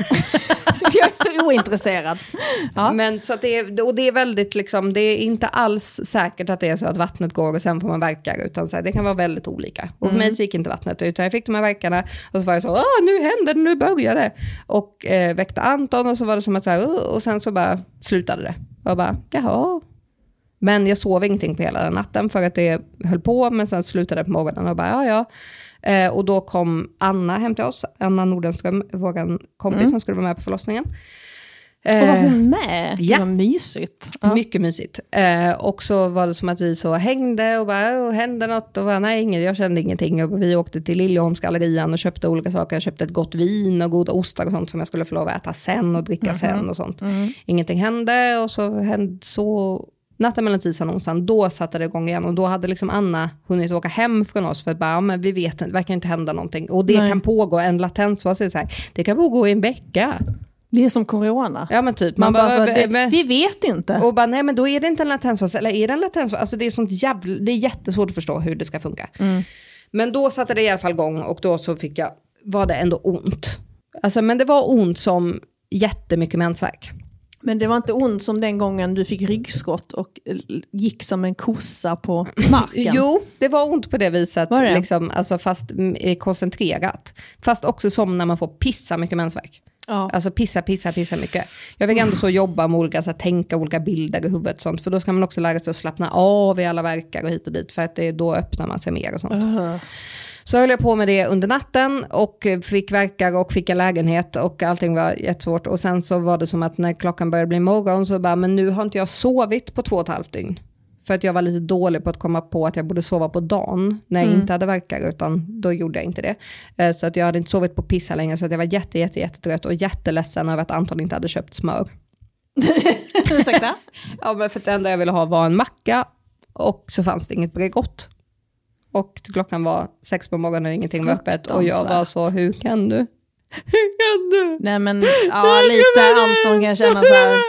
Jag är så ointresserad. Ja. Men så att det är, och det är väldigt liksom, det är inte alls säkert att det är så att vattnet går och sen får man verkar, utan så här, det kan vara väldigt olika. Och för mm. mig så gick inte vattnet utan jag fick de här verkarna och så var jag så, åh nu händer det, nu börjar det. Och eh, väckte Anton och så var det som att så här, och sen så bara slutade det. Och bara, jaha. Men jag sov ingenting på hela den natten för att det höll på, men sen slutade det på morgonen och bara ja ja. Eh, och då kom Anna hem till oss, Anna Nordenström, vår kompis mm. som skulle vara med på förlossningen. Eh, och var hon med? Ja. Det var mysigt. Ja. Mycket mysigt. Eh, och så var det som att vi så hängde och bara, hände något och bara, nej, inget, jag kände ingenting. Och vi åkte till Liljeholmsgallerian och köpte olika saker. Jag köpte ett gott vin och goda ostar och sånt som jag skulle få lov att äta sen och dricka mm-hmm. sen och sånt. Mm. Ingenting hände och så hände så... Natten mellan tisdagen och onsdagen, då satte det igång igen. Och då hade liksom Anna hunnit åka hem från oss. För att bara, ja, men vi vet inte, det verkar inte hända någonting. Och det Nej. kan pågå, en latens, vad säger så här, det kan pågå i en vecka. Det är som corona. Ja men typ. Man, man bara, bara det, men, vi vet inte. Och bara, nej men då är det inte en latensfas. Eller är det en latensfas? Alltså det är sånt jävla, det är jättesvårt att förstå hur det ska funka. Mm. Men då satte det i alla fall igång. Och då så fick jag, var det ändå ont. Alltså men det var ont som jättemycket mensvärk. Men det var inte ont som den gången du fick ryggskott och gick som en kossa på marken? Jo, det var ont på det viset. Det? Liksom, alltså fast koncentrerat. Fast också som när man får pissa mycket mensvärk. Ja. Alltså pissa, pissa, pissa mycket. Jag fick ändå så jobba med olika, så här, tänka olika bilder i huvudet och sånt. För då ska man också lära sig att slappna av i alla verkar och hit och dit. För att det, då öppnar man sig mer och sånt. Uh-huh. Så höll jag på med det under natten och fick verkar och fick en lägenhet och allting var jättesvårt. Och sen så var det som att när klockan började bli morgon så bara, men nu har inte jag sovit på två och ett halvt dygn. För att jag var lite dålig på att komma på att jag borde sova på dagen när jag mm. inte hade verkar, utan då gjorde jag inte det. Så att jag hade inte sovit på pissa längre, så att jag var jätte, jätte, jättetrött och jätteledsen över att Anton inte hade köpt smör. Ursäkta? Ja, men för att det enda jag ville ha var en macka och så fanns det inget Bregott. Och klockan var sex på morgonen och ingenting var öppet. Och jag var så, hur kan du? Hur kan du? Nej men, ja lite Anton kan känna så här.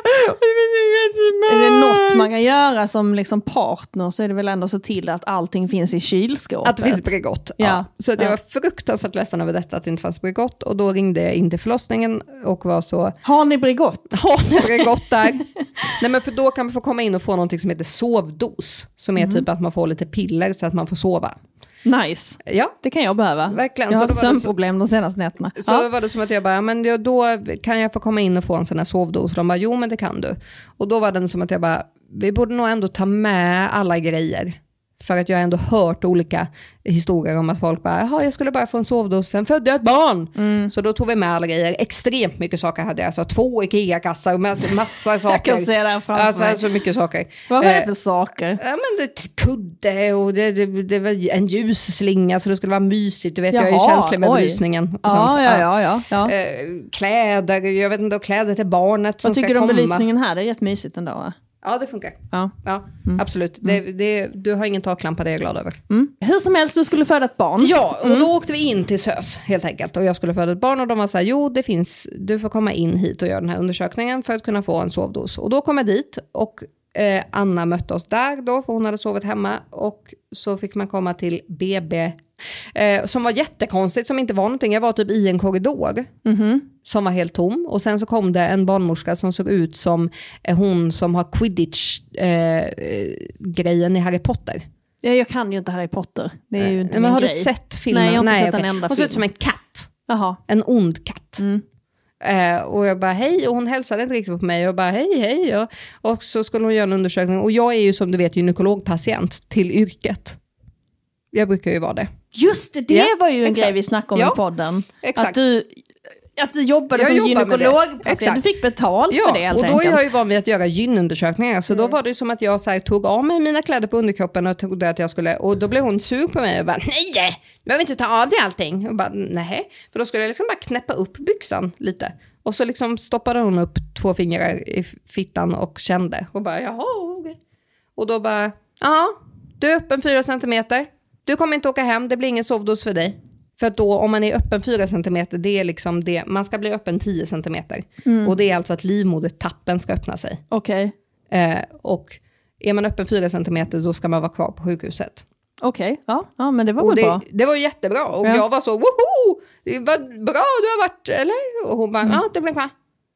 Är det något man kan göra som liksom partner så är det väl ändå så till att allting finns i kylskåpet. Att det finns Bregott. Ja. Ja. Så det ja. var fruktansvärt ledsen över detta att det inte fanns Bregott. Och då ringde jag in till förlossningen och var så... Har ni Bregott? Har ni Bregott där? Nej men för då kan man få komma in och få någonting som heter sovdos. Som är mm. typ att man får lite piller så att man får sova. Nice. Ja. Det kan jag behöva. Verkligen. Jag har så sömnproblem så... de senaste nätterna. Så ja. Då var det som att jag bara, men då kan jag få komma in och få en sån här sovdos. Och de bara, jo men det kan du. Och då var det som att jag bara, vi borde nog ändå ta med alla grejer. För att jag har ändå hört olika historier om att folk bara, jaha jag skulle bara få en sovdos, sen födde jag ett barn. Mm. Så då tog vi med alla grejer. Extremt mycket saker hade jag. Alltså två Ikea-kassar och massa, massa saker. Jag kan se det framför alltså, mig. Så mycket saker. Vad var det för eh, saker? Ja men det kudde och det, det, det var en ljusslinga så det skulle vara mysigt. Du vet, Jaha, jag är ju känslig med belysningen. Och ja, sånt. Ja, ja, ja, ja. Eh, kläder, jag vet inte, och kläder till barnet som Vad tycker ska du om komma. Belysningen här? Det är rätt mysigt ändå va? Ja, det funkar. Ja, ja mm. absolut. Mm. Det, det, du har ingen taklampa, det är jag glad över. Mm. Hur som helst, du skulle föda ett barn. Ja, och mm. då åkte vi in till SÖS helt enkelt. Och jag skulle föda ett barn och de var så här, jo det finns, du får komma in hit och göra den här undersökningen för att kunna få en sovdos. Och då kom jag dit och eh, Anna mötte oss där då, för hon hade sovit hemma. Och så fick man komma till B B. Eh, som var jättekonstigt, som inte var någonting. Jag var typ i en korridor mm-hmm. som var helt tom. Och sen så kom det en barnmorska som såg ut som eh, hon som har Quidditch-grejen eh, i Harry Potter. Ja, jag kan ju inte Harry Potter. Det är ju inte men min har grej. du sett filmen? Nej, jag har inte Nej, sett okay. en enda hon film. Hon ser ut som en katt. Jaha. En ond katt. Mm. Eh, och jag bara hej, och hon hälsade inte riktigt på mig och bara hej hej och, och så skulle hon göra en undersökning och jag är ju som du vet gynekologpatient till yrket. Jag brukar ju vara det. Just det, det ja, var ju en exakt. Grej vi snackade om ja, i podden. Exakt. Att du, att du jobbade jag som jobbar gynekologpatient. Du fick betalt ja, för det helt och då enkelt. är jag ju van vid att göra gynundersökningar. Så mm. då var det som att jag så här, tog av mig mina kläder på underkroppen och trodde att jag skulle, och då blev hon sur på mig och bara, nej, du behöver inte ta av dig allting. Och bara, nej. För då skulle jag liksom bara knäppa upp byxan lite. Och så liksom stoppade hon upp två fingrar i fittan och kände. Och bara, jaha, okej. Okay. Och då bara, ja, du är öppen fyra centimeter. Du kommer inte åka hem, det blir ingen sovdos för dig. För att då, om man är öppen fyra centimeter, det är liksom det, man ska bli öppen tio centimeter. Mm. Och det är alltså att livmodertappen ska öppna sig. Okej. Okay. Eh, och är man öppen fyra centimeter, då ska man vara kvar på sjukhuset. Okej, okay. ja. ja, men det var och väl det, bra. Det var jättebra. Och ja. Jag var så, woho! Det var bra du har varit, eller? Och hon bara, mm. ja, det blev kvar.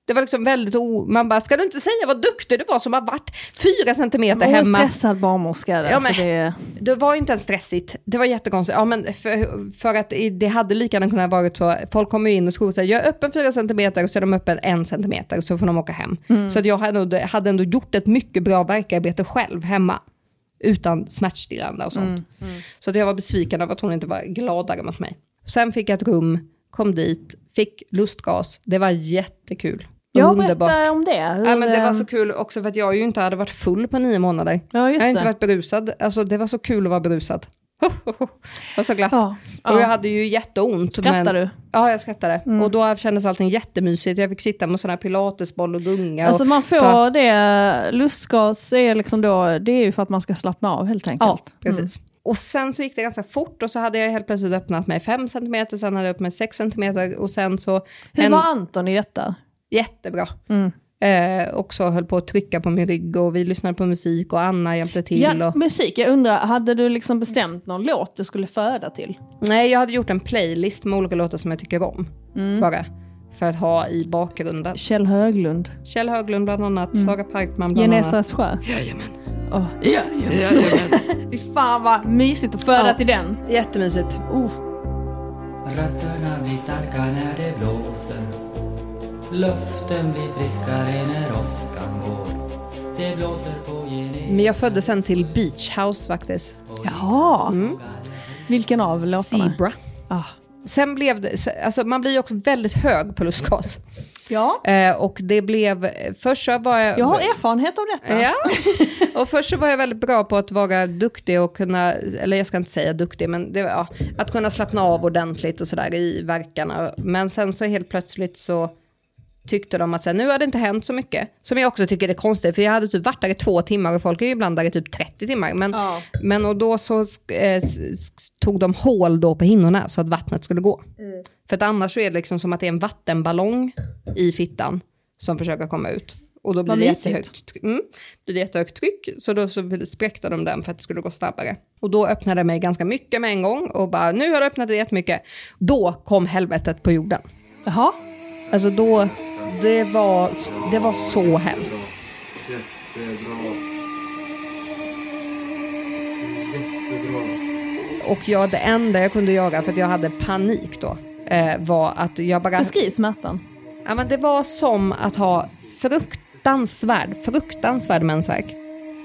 Det var liksom väldigt o... Man bara, ska du inte säga vad duktig du var som har varit fyra centimeter hemma? Hon var stressad barnmorska. Ja, men, det... det var ju inte ens stressigt. Det var jättekonstigt. Ja, men för, för att det hade lika gärna kunnat varit så. Folk kommer in och skulle säga, jag är öppen fyra centimeter och så är de öppen en centimeter så får de åka hem. Mm. Så att jag hade, hade ändå gjort ett mycket bra verkarbete själv hemma. Utan smärtstillande och sånt. Mm. Mm. Så att jag var besviken av att hon inte var gladare mot mig. Sen fick jag ett rum, kom dit, fick lustgas. Det var jättekul. Jag berättar om det. Ja, men det var så kul också för att jag ju inte hade varit full på nio månader. Ja, just jag har inte det. varit berusad. Alltså det var så kul att vara berusad. Det var så glatt. Ja, och ja. jag hade ju jätteont. Skrattar men... du? Ja, jag skrattade. Mm. Och då kändes allting jättemysigt. Jag fick sitta med sån här pilatesboll och gunga. Alltså och man får ta... det, lustgas är liksom då, det är ju för att man ska slappna av helt enkelt. Ja, precis. Mm. Och sen så gick det ganska fort och så hade jag helt plötsligt öppnat mig fem centimeter, sen hade jag öppnat mig sex centimeter och sen så... Hur en... var Anton i detta? Jättebra. Mm. Eh, också höll på att trycka på min rygg och vi lyssnade på musik och Anna hjälpte till. Ja, och... musik. Jag undrar, hade du liksom bestämt någon låt du skulle föda till? Nej, jag hade gjort en playlist med olika låtar som jag tycker om. Mm. Bara för att ha i bakgrunden. Kjell Höglund. Kjell Höglund bland annat, mm. Saga Parkman bland Genesarets annat. sjö. Jajamän. Oh. Jajamän. Fy fan vad mysigt att föda ja. till den. Jättemysigt. Uh. Rötterna blir starka när det blåser. Luften blir friskare när åskan går. Det blåser på gener. Men jag födde sen till Beach House faktiskt. Jaha. Mm. Vilken av låtarna? Zebra. Ah. Sen blev det, alltså man blir ju också väldigt hög på lustgas. Ja. Eh, och det blev, först så var jag... Jag har erfarenhet av detta. Ja. Och först så var jag väldigt bra på att vara duktig och kunna, eller jag ska inte säga duktig, men det var, ja, att kunna slappna av ordentligt och sådär i verkarna. Men sen så helt plötsligt så tyckte de att så här, nu har det inte hänt så mycket. Som jag också tycker är konstigt, för jag hade typ varit där i två timmar och folk är ju ibland där i typ trettio timmar. Men, ja. men och då så eh, tog de hål då på hinnorna så att vattnet skulle gå. Mm. För att annars så är det liksom som att det är en vattenballong i fittan som försöker komma ut. Och då blir det jättehögt, mm, blir det jättehögt tryck. Så då så spräckte de den för att det skulle gå snabbare. Och då öppnade det mig ganska mycket med en gång. Och bara, nu har det öppnat det jättemycket. Då kom helvetet på jorden. Jaha. Alltså då, det var, det var så hemskt. Jättebra. Jättebra. Och jag, det enda jag kunde göra, för att jag hade panik då, eh, var att jag bara... Beskriv smärtan. Ja, men det var som att ha fruktansvärd, fruktansvärd mensvärk.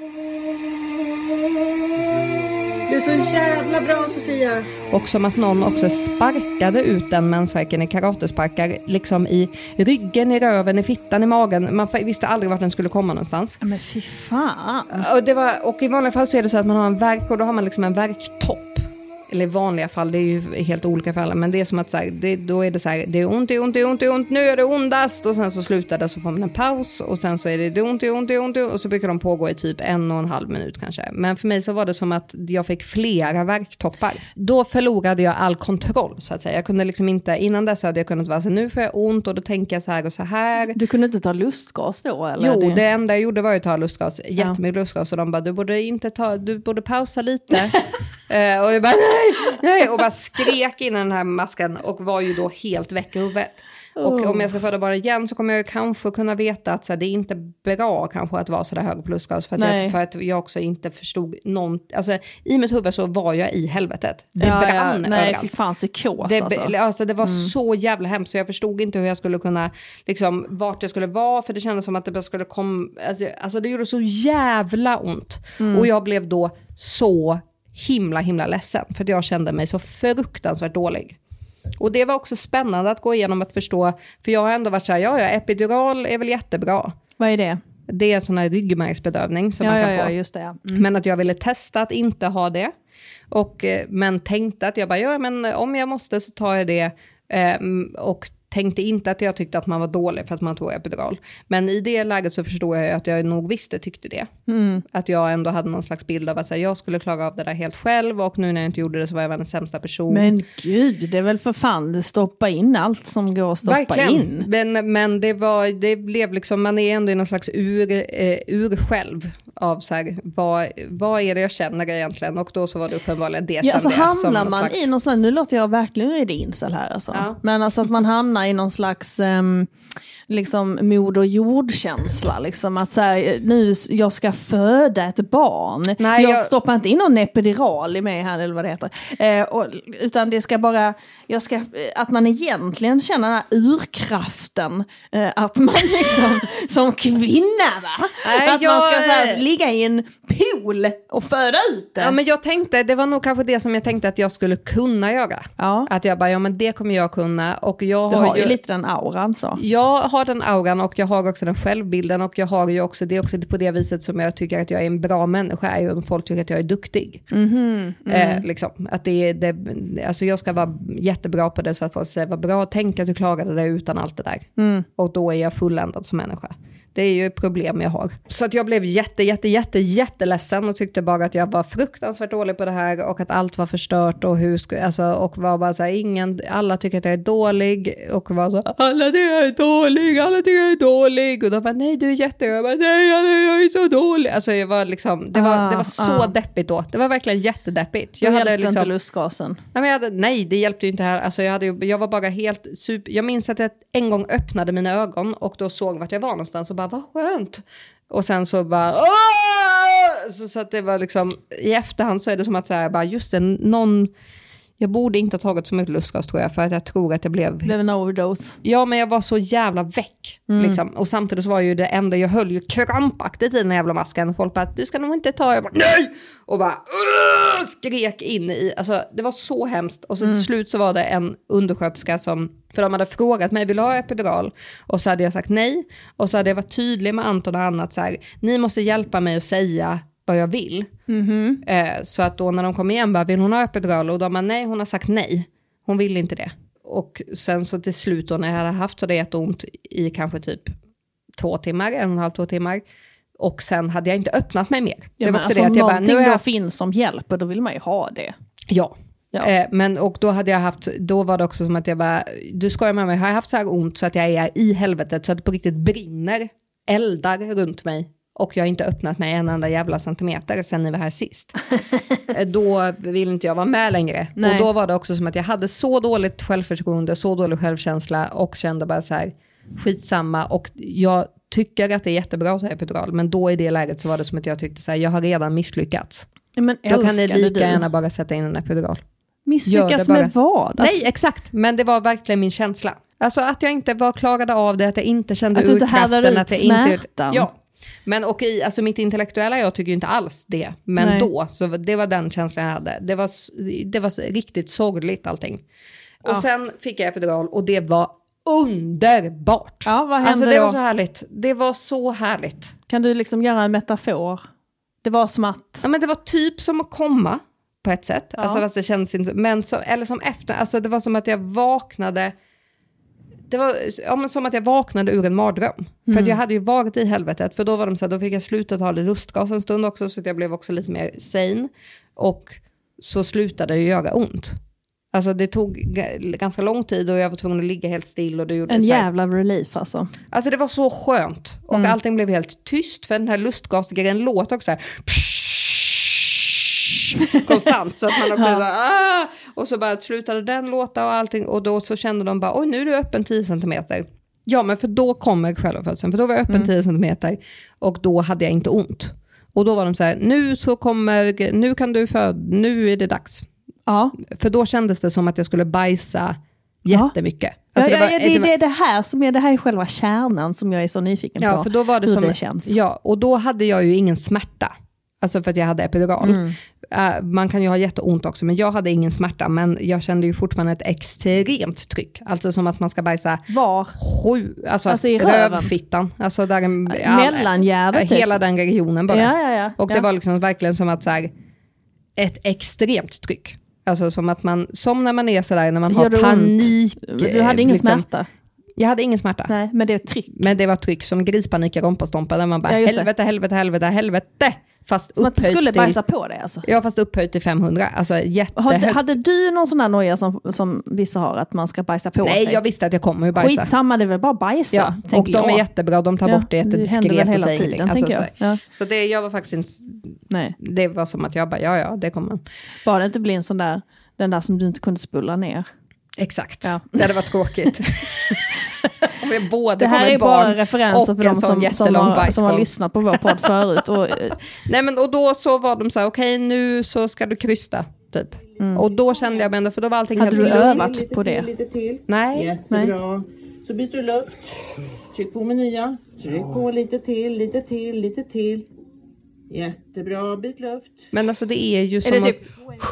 Du är så jävla bra, Sofia. Och som att någon också sparkade ut den mensvärken i karatesparkar. Liksom i ryggen, i röven, i fittan, i magen. Man visste aldrig vart den skulle komma någonstans. Men fy fan. Och, det var, och i vanliga fall så är det så att man har en värk och då har man liksom en värktopp. Eller i vanliga fall, det är ju helt olika fall. Men det är som att så här, det, då är det så här, det är ont, det är ont, det är ont, det är ont, nu är det ondast. Och sen så slutar det så får man en paus. Och sen så är det, det är ont, det är ont, det är ont. Och så brukar de pågå i typ en och en halv minut kanske. Men för mig så var det som att jag fick flera värktoppar. Då förlorade jag all kontroll så att säga. Jag kunde liksom inte, innan dess hade jag kunnat vara så nu får jag ont och då tänker jag så här och så här. Du kunde inte ta lustgas då? Eller jo, det... det enda jag gjorde var ju att ta lustgas. Jättemycket ja. lustgas. Och de bara, du borde inte ta, du borde pausa lite. uh, och jag bara, nej, nej. Och bara skrek in den här masken och var ju då helt väck i huvudet. Och oh. om jag ska föda barn igen så kommer jag kanske kunna veta att så här, det är inte bra kanske att vara så där hög på lustgas. För att, jag, för att jag också inte förstod någon... Alltså i mitt huvud så var jag i helvetet. Det ja, brann ja. överallt. Nej, fy fan psykos det, alltså. alltså. Det var mm. så jävla hemskt så jag förstod inte hur jag skulle kunna... Liksom, vart jag skulle vara för det kändes som att det bara skulle komma... Alltså, alltså det gjorde så jävla ont. Mm. Och jag blev då så himla himla ledsen. För att jag kände mig så fruktansvärt dålig. Och det var också spännande att gå igenom att förstå. För jag har ändå varit så här, ja, ja epidural är väl jättebra. Vad är det? Det är en sån här ryggmärgsbedövning som ja, man kan ja, få. Ja, just det, ja. Mm. Men att jag ville testa att inte ha det. Och, men tänkte att jag bara, ja men om jag måste så tar jag det. Och tänkte inte att jag tyckte att man var dålig för att man tog epidural. Men i det läget så förstod jag att jag nog visste tyckte det. Mm. Att jag ändå hade någon slags bild av att här, jag skulle klara av det där helt själv. Och nu när jag inte gjorde det så var jag den sämsta person. Men gud, det är väl för fan stoppa in allt som går att stoppa verkligen. in. Men, men det, var, det blev liksom, man är ändå i någon slags ur, eh, ur själv av så här, vad, vad är det jag känner egentligen? Och då så var det uppenbarligen det ja, alltså kände jag. Hamnar som man slags... i någon sån, nu låter jag verkligen i det incel här alltså. Ja. Men alltså att man hamnar hamna i någon slags um, liksom moder jordkänsla. Liksom att så här, nu jag ska föda ett barn. Nej, jag, jag stoppar inte in någon epidural i mig här eller vad det heter. Eh, och, utan det ska bara, jag ska, att man egentligen känner den här urkraften. Eh, att man liksom, som kvinna va? Nej, att jag, man ska så här, ligga i en pool och föda ut det. Ja, men jag tänkte, det var nog kanske det som jag tänkte att jag skulle kunna göra. Ja. Att jag bara, ja men det kommer jag kunna. Och jag Du har, har ju ju lite den auran så. Jag har den auran och jag har också den självbilden och jag har ju också, det är också på det viset som jag tycker att jag är en bra människa är ju om folk tycker att jag är duktig. Mm-hmm. Mm. Eh, liksom, att det är, det, alltså jag ska vara jättebra på det så att folk säger, vad bra, tänk att du klarade det utan allt det där. Mm. Och då är jag fulländad som människa. Det är ju ett problem jag har. Så att jag blev jätte, jätte, jätte, jätteledsen och tyckte bara att jag var fruktansvärt dålig på det här och att allt var förstört och hur ska, alltså, och var bara så här, ingen, alla tycker att jag är dålig och var så, alla tycker jag är dålig, alla tycker jag är dålig och då bara, nej du är jättebra, jag bara, nej jag är så dålig. Alltså jag var liksom, det var, ah, det var så ah. deppigt då. Det var verkligen jättedeppigt. Jag Du hade hjälpte liksom, inte lustgasen. Nej, men jag hade, nej, det hjälpte ju inte här. Alltså jag, hade ju, jag var bara helt super. Jag minns att jag en gång öppnade mina ögon och då såg vart jag var någonstans och bara, vad skönt. Och sen så bara, Aah! så, så att det var liksom, i efterhand så är det som att så här, bara, just det, någon, jag borde inte ha tagit så mycket lustgas tror jag, för att jag tror att det blev... Blev en overdose. Ja, men jag var så jävla väck. Mm. Liksom. Och samtidigt så var ju det enda, jag höll ju krampaktigt i den jävla masken. Och folk bara, du ska nog inte ta, jag bara, nej! Och bara, Åh! skrek in i, alltså det var så hemskt. Och så till mm. slut så var det en undersköterska som, för de hade frågat mig, vill du ha epidural? Och så hade jag sagt nej. Och så hade jag varit tydlig med Anton och annat så här, ni måste hjälpa mig att säga vad jag vill. Mm-hmm. Eh, så att då när de kom igen bara, vill hon ha epidural? Och de bara, nej, hon har sagt nej. Hon vill inte det. Och sen så till slut då när jag hade haft så det jätteont i kanske typ två timmar, en och en halv, två timmar. Och sen hade jag inte öppnat mig mer. Ja, det var men också alltså, det att jag bara, någonting nu då jag... finns som hjälper, då vill man ju ha det. Ja. Ja. Eh, men och då hade jag haft, då var det också som att jag bara, du skojar med mig, har jag haft så här ont så att jag är i helvetet så att det på riktigt brinner eldar runt mig. Och jag har inte öppnat mig en enda jävla centimeter sen ni var här sist. Då vill inte jag vara med längre. Nej. Och då var det också som att jag hade så dåligt självförtroende, så dålig självkänsla och kände bara så här, skitsamma. Och jag tycker att det är jättebra att ha epidural, men då i det läget så var det som att jag tyckte så här, jag har redan misslyckats. Men då kan ni lika du? gärna bara sätta in en epidural. Misslyckas med vad? Nej, exakt. Men det var verkligen min känsla. Alltså att jag inte var klarade av det, att jag inte kände att urkraften. Att jag inte smärtan. Ja. Men och i, alltså mitt intellektuella jag tycker ju inte alls det. Men Nej. då, så det var den känslan jag hade. Det var, det var riktigt sorgligt allting. Och ja. sen fick jag epidural och det var underbart. Ja, vad hände alltså det då? var så härligt. Det var så härligt. Kan du liksom göra en metafor? Det var smatt. Ja, men det var typ som att komma på ett sätt. Ja. Alltså fast det kändes inte, men så, eller som efter, alltså det var som att jag vaknade. Det var ja, men som att jag vaknade ur en mardröm. Mm. För att jag hade ju varit i helvetet. För då var de så här, då fick jag sluta ta lustgas en stund också. Så att jag blev också lite mer sane. Och så slutade det göra ont. Alltså det tog g- ganska lång tid och jag var tvungen att ligga helt still. Och det gjorde en så här, jävla relief alltså. Alltså det var så skönt. Och mm. allting blev helt tyst. För den här lustgasgrejen låter också så här. Konstant. Så att man också ja. så här, ah! Och så bara slutade den låta och allting. Och då så kände de bara, oj nu är du öppen tio centimeter. Ja men för då kommer självfödseln. För då var jag öppen mm. tio centimeter. Och då hade jag inte ont. Och då var de så här, nu så kommer, nu kan du föda, nu är det dags. Ja. För då kändes det som att jag skulle bajsa jättemycket. Alltså ja, det, var, ja, det, det är det här som är det här är själva kärnan som jag är så nyfiken ja, på. För då var det hur som, det känns. Ja, och då hade jag ju ingen smärta. Alltså för att jag hade epidural. Mm. Uh, man kan ju ha jätteont också, men jag hade ingen smärta. Men jag kände ju fortfarande ett extremt tryck. Alltså som att man ska bajsa... Var? Sju, alltså, alltså i rövfittan. Alltså där en, mellangärdet all, typ. Hela den regionen bara. Ja, ja, ja. Och det ja. var liksom verkligen som att så här, ett extremt tryck. Alltså som att man, som när man är sådär, när man har panik. Ont. Du hade ingen liksom, smärta? Jag hade ingen smärta. Nej, men det är tryck. Men det var tryck som grispanik i rompastompa. Där man bara, ja, helvete, helvete, helvete, helvete. Fast som att du skulle till, bajsa på det alltså? Ja, fast upphöjt till femhundra. Alltså jättehögt. Hade, hade du någon sån här noja som, som vissa har, att man ska bajsa på Nej, sig? Nej, jag visste att jag kommer att bajsa. Skitsamma, det är väl bara bajsa. Ja, och de jag. är jättebra. De tar ja, bort det jättediskret och säger ingenting. Alltså, jag. Så, ja. så det, jag var faktiskt inte... Nej. Det var som att jag bara, ja, ja, det kommer. Bara det inte blir en sån där, den där som du inte kunde spulla ner. Exakt, Ja. det hade varit tråkigt. Om vi både Det här kommer är barn bara referenser för och en de sån som, som, jättelång har, som har bajskorv. lyssnat på vår podd förut. Och, Nej, men och då så var de så här, okej nu så ska du krysta typ. Och då kände jag ändå, för då var allting hade helt du lugnt. övat Lite på till, det? lite till. Nej. Jättebra. Så byter du luft. Tryck på med nya. Tryck på lite till, lite till, lite till. Jättebra, byt luft. Men alltså det är ju som är det att... typ...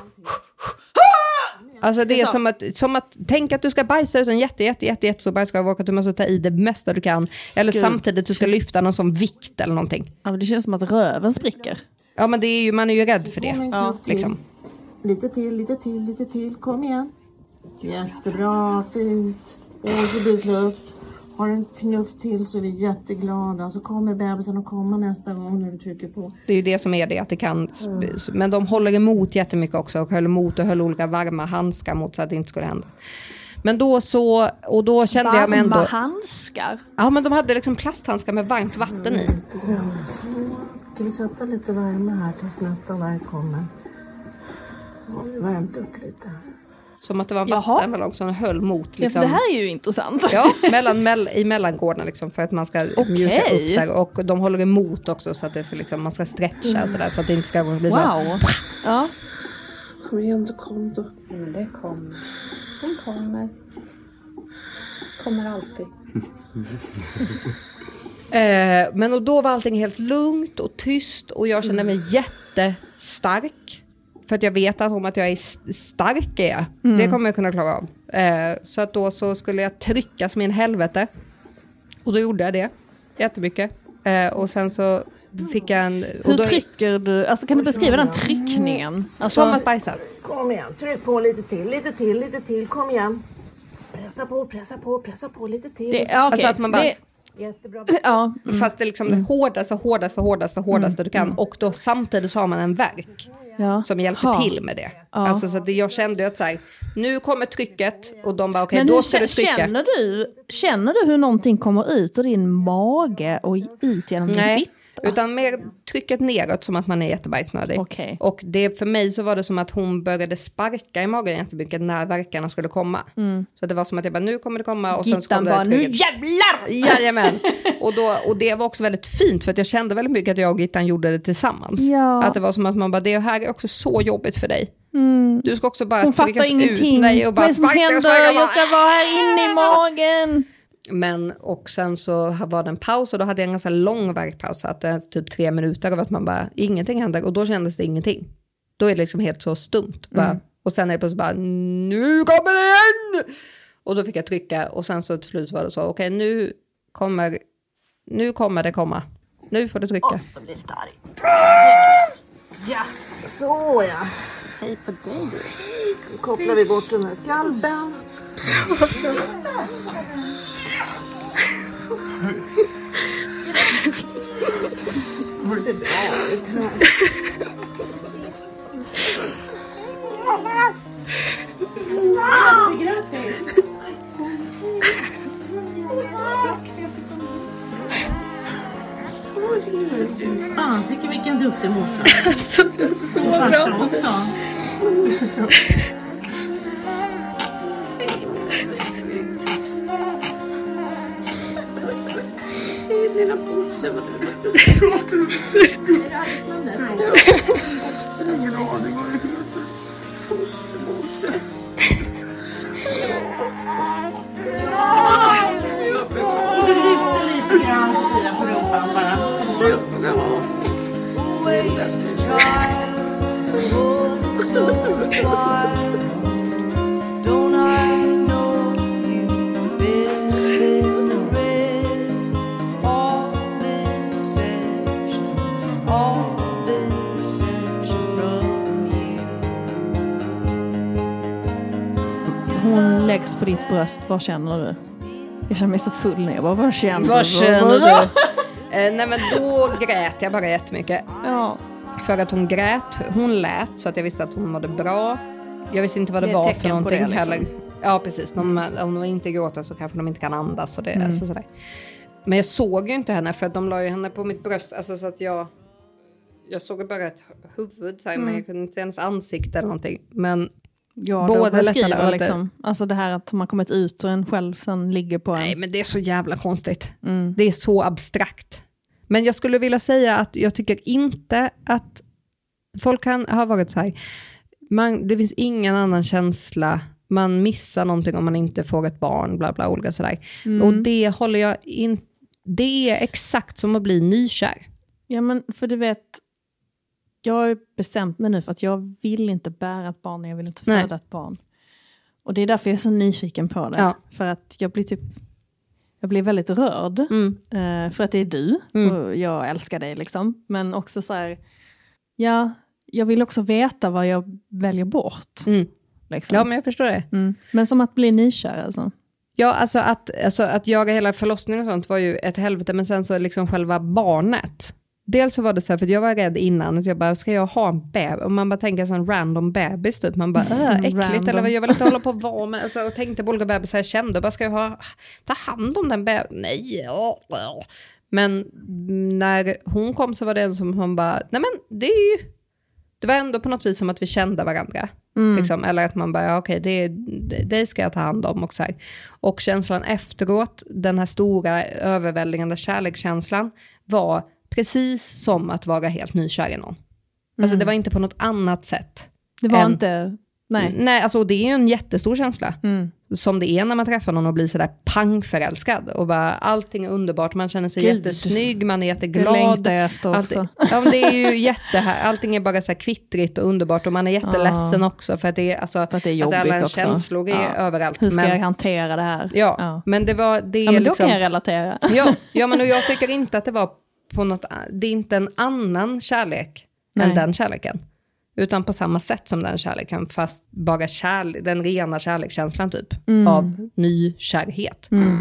Alltså det är som att, som att tänk att du ska bajsa ut en jätte, jätte, jätte, jätte så bajskorv och att du måste ta i det mesta du kan. Eller Gud. samtidigt du ska lyfta någon som vikt eller någonting. Ja, men det känns som att röven spricker. Ja, men det är ju, man är ju rädd för det. Ja, Liksom. Lite till, lite till, lite till. Kom igen. Jättebra, fint. Och så byt luft. Har en knuff till så är vi jätteglada. Så kommer bebisen att komma nästa gång när du trycker på. Det är ju det som är det, att det kan... Men de håller emot jättemycket också och höll emot och höll olika varma handskar mot så att det inte skulle hända. Men då så... Och då kände jag mig ändå... Varma handskar? Ja, men de hade liksom plasthandskar med varmt vatten i. Så ska vi sätta lite värme här tills nästa verk kommer. Så har vi värmt upp lite. Som att det var Jaha. vattenballong som höll mot liksom... Ja, för det här är ju intressant. Ja, mellan, mell, i mellangården liksom, för att man ska mjuka upp sig. Och de håller emot också så att det ska liksom, man ska stretcha och sådär så att det inte ska bli så. Wow. Ja. Kom igen, då kom då. Men det kommer. Den kommer. Kommer alltid. Eh, men och då var allting helt lugnt och tyst och jag kände mig jättestark. För att jag vet att om att jag är st- stark är jag. Mm. Det kommer jag kunna klara av. Eh, så att då så skulle jag trycka som en helvete. Och då gjorde jag det. Jättemycket. Eh, och sen så fick jag en... Och Hur då, trycker du? Alltså kan du beskriva den tryckningen? Alltså, som att bajsa. Kom igen, tryck på lite till, lite till, lite till. Kom igen. Pressa på, pressa på, pressa på lite till. det, ja, okej. Alltså att man bara... Det, Jättebra. ja. Fast det är liksom det hårdaste, hårdaste, hårdaste, hårdaste du kan. Och då samtidigt så har man en verk. Ja. Som hjälper Ha. till med det. Alltså så att det, jag kände ju att så här, nu kommer trycket och de bara okej, Men då hur ska du trycka. känner du, känner du hur någonting kommer ut ur din mage och ut genom din Nej, fitta? utan mer trycket neråt som att man är jättebajsnödig. Okej. Och det, för mig så var det som att hon började sparka i magen jättemycket när verkarna skulle komma. Mm. Så det var som att jag bara, nu kommer det komma. Och sen så kom Gittan det bara, nu trycket. jävlar! Jajamän. Och, då, och det var också väldigt fint för att jag kände väldigt mycket att jag och Gittan gjorde det tillsammans. Ja. Att det var som att man bara, det här är också så jobbigt för dig. Mm. Du ska också bara Hon tryckas fattar ingenting. ut. Nej, och bara Vad är det som sparka, händer? sparka, Jag ska vara här inne i magen. Men och sen så var det en paus och då hade jag en ganska lång verkpaus. Så att det är typ tre minuter av att man bara, ingenting händer. Och då kändes det ingenting. Då är det liksom helt så stumt. Bara. Mm. Och sen är det plötsligt bara, nu kommer det igen! Och då fick jag trycka och sen så till slut var det så, okej okay, nu kommer, nu kommer det komma. Nu får du trycka. Och så blir det arg. Ja, så ja. Hej på dig du. Nu kopplar vi bort den här skalpen. Det ser bra ut här. Grattis! Ansikke vilken duktig morsa. Så bra också. Lilla Bosse, vad du är det alldeles namnet? Bosse, ingen aning vad det heter. Bosse, Bosse. Du lyfter lite grann på rumpan bara. Don't I know you better than the rest? All deception, all deception from you. Hon läggs på ditt bröst, vad känner du? Jag känner mig så full nu, jag bara, vad känner Vad du? känner du? eh, nej men då grät jag bara jättemycket. Ja. För att hon grät, hon lät så att jag visste att hon mådde bra. Jag visste inte vad det, Det är var ett för tecken på någonting det, liksom. heller. Ja precis, de, om de inte gråter så kanske de inte kan andas och det, Mm. alltså, sådär. Men jag såg ju inte henne för att de la ju henne på mitt bröst, alltså så att jag jag såg bara ett huvud såhär, Mm. men jag kunde inte se hennes ansikte eller någonting. Men Ja, Både både lättare skriver och liksom. Alltså det här att man kommit ut och en själv sen ligger på en. Nej, men det är så jävla konstigt. Mm. Det är så abstrakt. Men jag skulle vilja säga att jag tycker inte att folk kan ha varit så här. Man, det finns ingen annan känsla. Man missar någonting om man inte får ett barn, bla bla, olika sådär. Mm. Och det håller jag in. Det är exakt som att bli nykär. Ja, men för du vet, jag har bestämt mig nu för att jag vill inte bära ett barn, jag vill inte föda Nej. ett barn. Och det är därför jag är så nyfiken på det. Ja. För att jag blir typ, jag blir väldigt rörd. Mm. Eh, för att det är du, Mm. och jag älskar dig liksom. Men också så här, ja, jag vill också veta vad jag väljer bort. Mm. Liksom. Ja, men jag förstår det. Mm. Men som att bli nykär alltså. Ja, alltså att, alltså att jaga hela förlossningen och sånt var ju ett helvete, men sen så liksom själva barnet. Dels så var det så här, för jag var rädd innan, att jag bara, ska jag ha en bebis? Och man bara tänker sån random bebis typ, man bara, äh, äckligt, Random. eller vad, jag vill inte hålla på och vara med, alltså, och tänkte på olika bebisar jag kände, bara ska jag ha, ta hand om den bebisen? Nej, men när hon kom så var det en som hon bara, nej men det är ju, det var ändå på något vis som att vi kände varandra. Mm. Liksom, eller att man bara, ja, okej, det, det, det ska jag ta hand om. Och, så här. Och känslan efteråt, den här stora överväldigande kärlekskänslan, var precis som att vara helt nykär i någon. Alltså Mm. det var inte på något annat sätt. Det var än, inte, nej. Nej, alltså det är ju en jättestor känsla. Mm. Som det är när man träffar någon och blir sådär pangförälskad. Och bara, allting är underbart, man känner sig Gud. jättesnygg, man är Det jätteglad. längtar jag efter också. Allting, ja, men det är ju jättehär, allting är bara så här kvittrigt och underbart och man är jätteledsen Ja. också för att det är, alltså, För att det är att jobbigt alla ens också. känslor är Ja. överallt. Hur ska men, jag hantera det här? ja, ja. men det var, det är Ja, men då liksom, kan jag relatera. ja, ja, men och jag tycker inte att det var på något, det är inte en annan kärlek Nej. än den kärleken. Utan på samma sätt som den kärleken, fast bara kärlek, den rena kärlekskänslan typ, Mm. av nykärhet. Mm.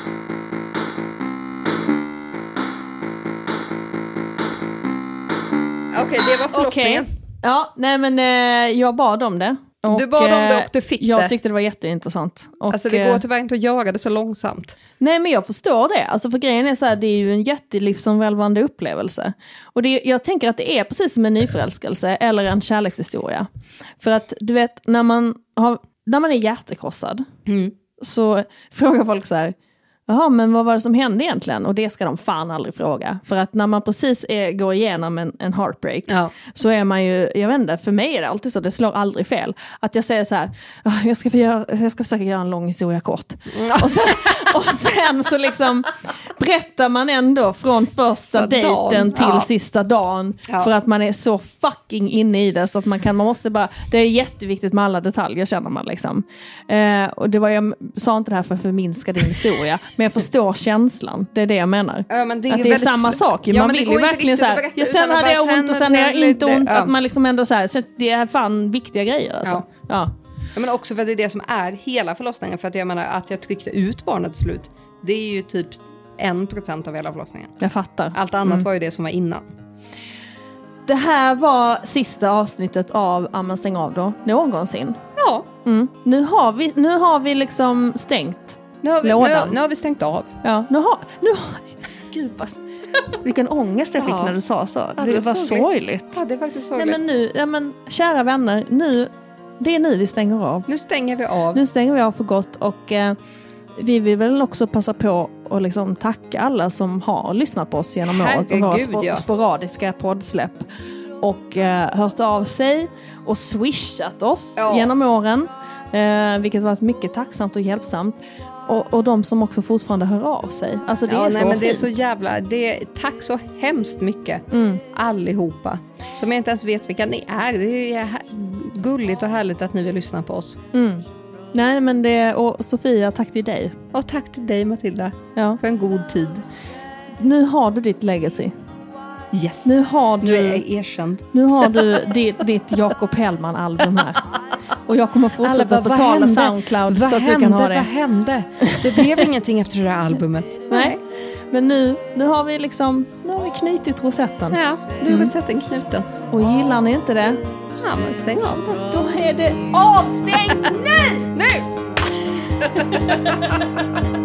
Okej, det var förlossningen. Okej. Ja, nej men eh, jag bad om det. Och, Du bad om det eh, och du fick jag det. tyckte det var jätteintressant. Och, Alltså det går eh, tyvärr inte att göra det så långsamt. Nej, men jag förstår det. Alltså för grejen är så här, det är ju en jättelivsomvälvande upplevelse. Och det, jag tänker att det är precis som en nyförälskelse eller en kärlekshistoria. För att du vet, när man, har, när man är hjärtekrossad Mm. så frågar folk så här, jaha, men vad var det som hände egentligen? Och det ska de fan aldrig fråga. För att när man precis är, går igenom en, en heartbreak Ja. så är man ju, jag vet inte, för mig är det alltid så, det slår aldrig fel. Att jag säger så här, "Ah, jag ska, få göra, jag ska försöka göra en lång historia kort. Och, sen, och sen så liksom berättar man ändå från första Så dejten dagen, till ja. sista dagen. Ja. För att man är så fucking inne i det så att man kan, man måste bara, det är jätteviktigt med alla detaljer känner man liksom. Eh, och det var, jag sa inte det här för att förminska din historia, men jag förstår känslan, det är det jag menar. Ja, men det är att det är väldigt samma sv- sak. Ja, man men det vill går ju inte verkligen riktigt så att här, berätta ja, utan sen att hade bara jag ont känna och sen hade jag lite- inte ont. ja. Att man liksom ändå så här, så det är fan viktiga grejer alltså. Ja. Ja. Ja, men också för att det är det som är hela förlossningen. För att jag menar att jag tryckte ut barnet till slut. Det är ju typ en procent av hela förlossningen. Jag fattar. Allt annat Mm. var ju det som var innan. Det här var sista avsnittet av Amma stäng av då, någonsin. Ja, Mm. Nu, har vi, nu har vi liksom stängt. nu har vi, nu, Lådan. nu har vi stängt av. Ja, nu har... Nu har gud vad... Vilken ångest jag fick Ja. när du sa så. Ja, det, det var var sorgligt. sorgligt. Ja, det är faktiskt Nej, sorgligt. men nu, ja, men, kära vänner, nu, det är nu vi stänger av. Nu stänger vi av. Nu stänger vi av för gott och eh, vi vill väl också passa på att liksom tacka alla som har lyssnat på oss genom året och våra Herregud, spo- ja. sporadiska poddsläpp och eh, hört av sig och swishat oss Ja. genom åren, eh, vilket varit mycket tacksamt och hjälpsamt. Och, och de som också fortfarande hör av sig. Alltså det ja, är nej, så men det är fint. så jävla... Det är, tack så hemskt mycket. Mm. Allihopa. Som jag inte ens vet vilka ni är. Det är här- gulligt och härligt att ni vill lyssna på oss. Mm. Nej, men det, och Sofia, tack till dig. Och tack till dig, Matilda, Ja. för en god tid. Nu har du ditt legacy. Yes. Nu har du, Nu är jag erkänd. nu har du ditt, ditt Jakob Hellman-album här. Och jag kommer fortsätta Alla bara, vad betala hände? Soundcloud Vad så att hände? du kan ha Vad det. hände? Det blev ingenting efter det där albumet. Nej. Men nu, nu har vi liksom, nu har vi knutit rosetten. Ja, du har Mm. sett den knuten. Och gillar ni inte det, Ja, men stäng av den. då är det avstängt nu! Nu!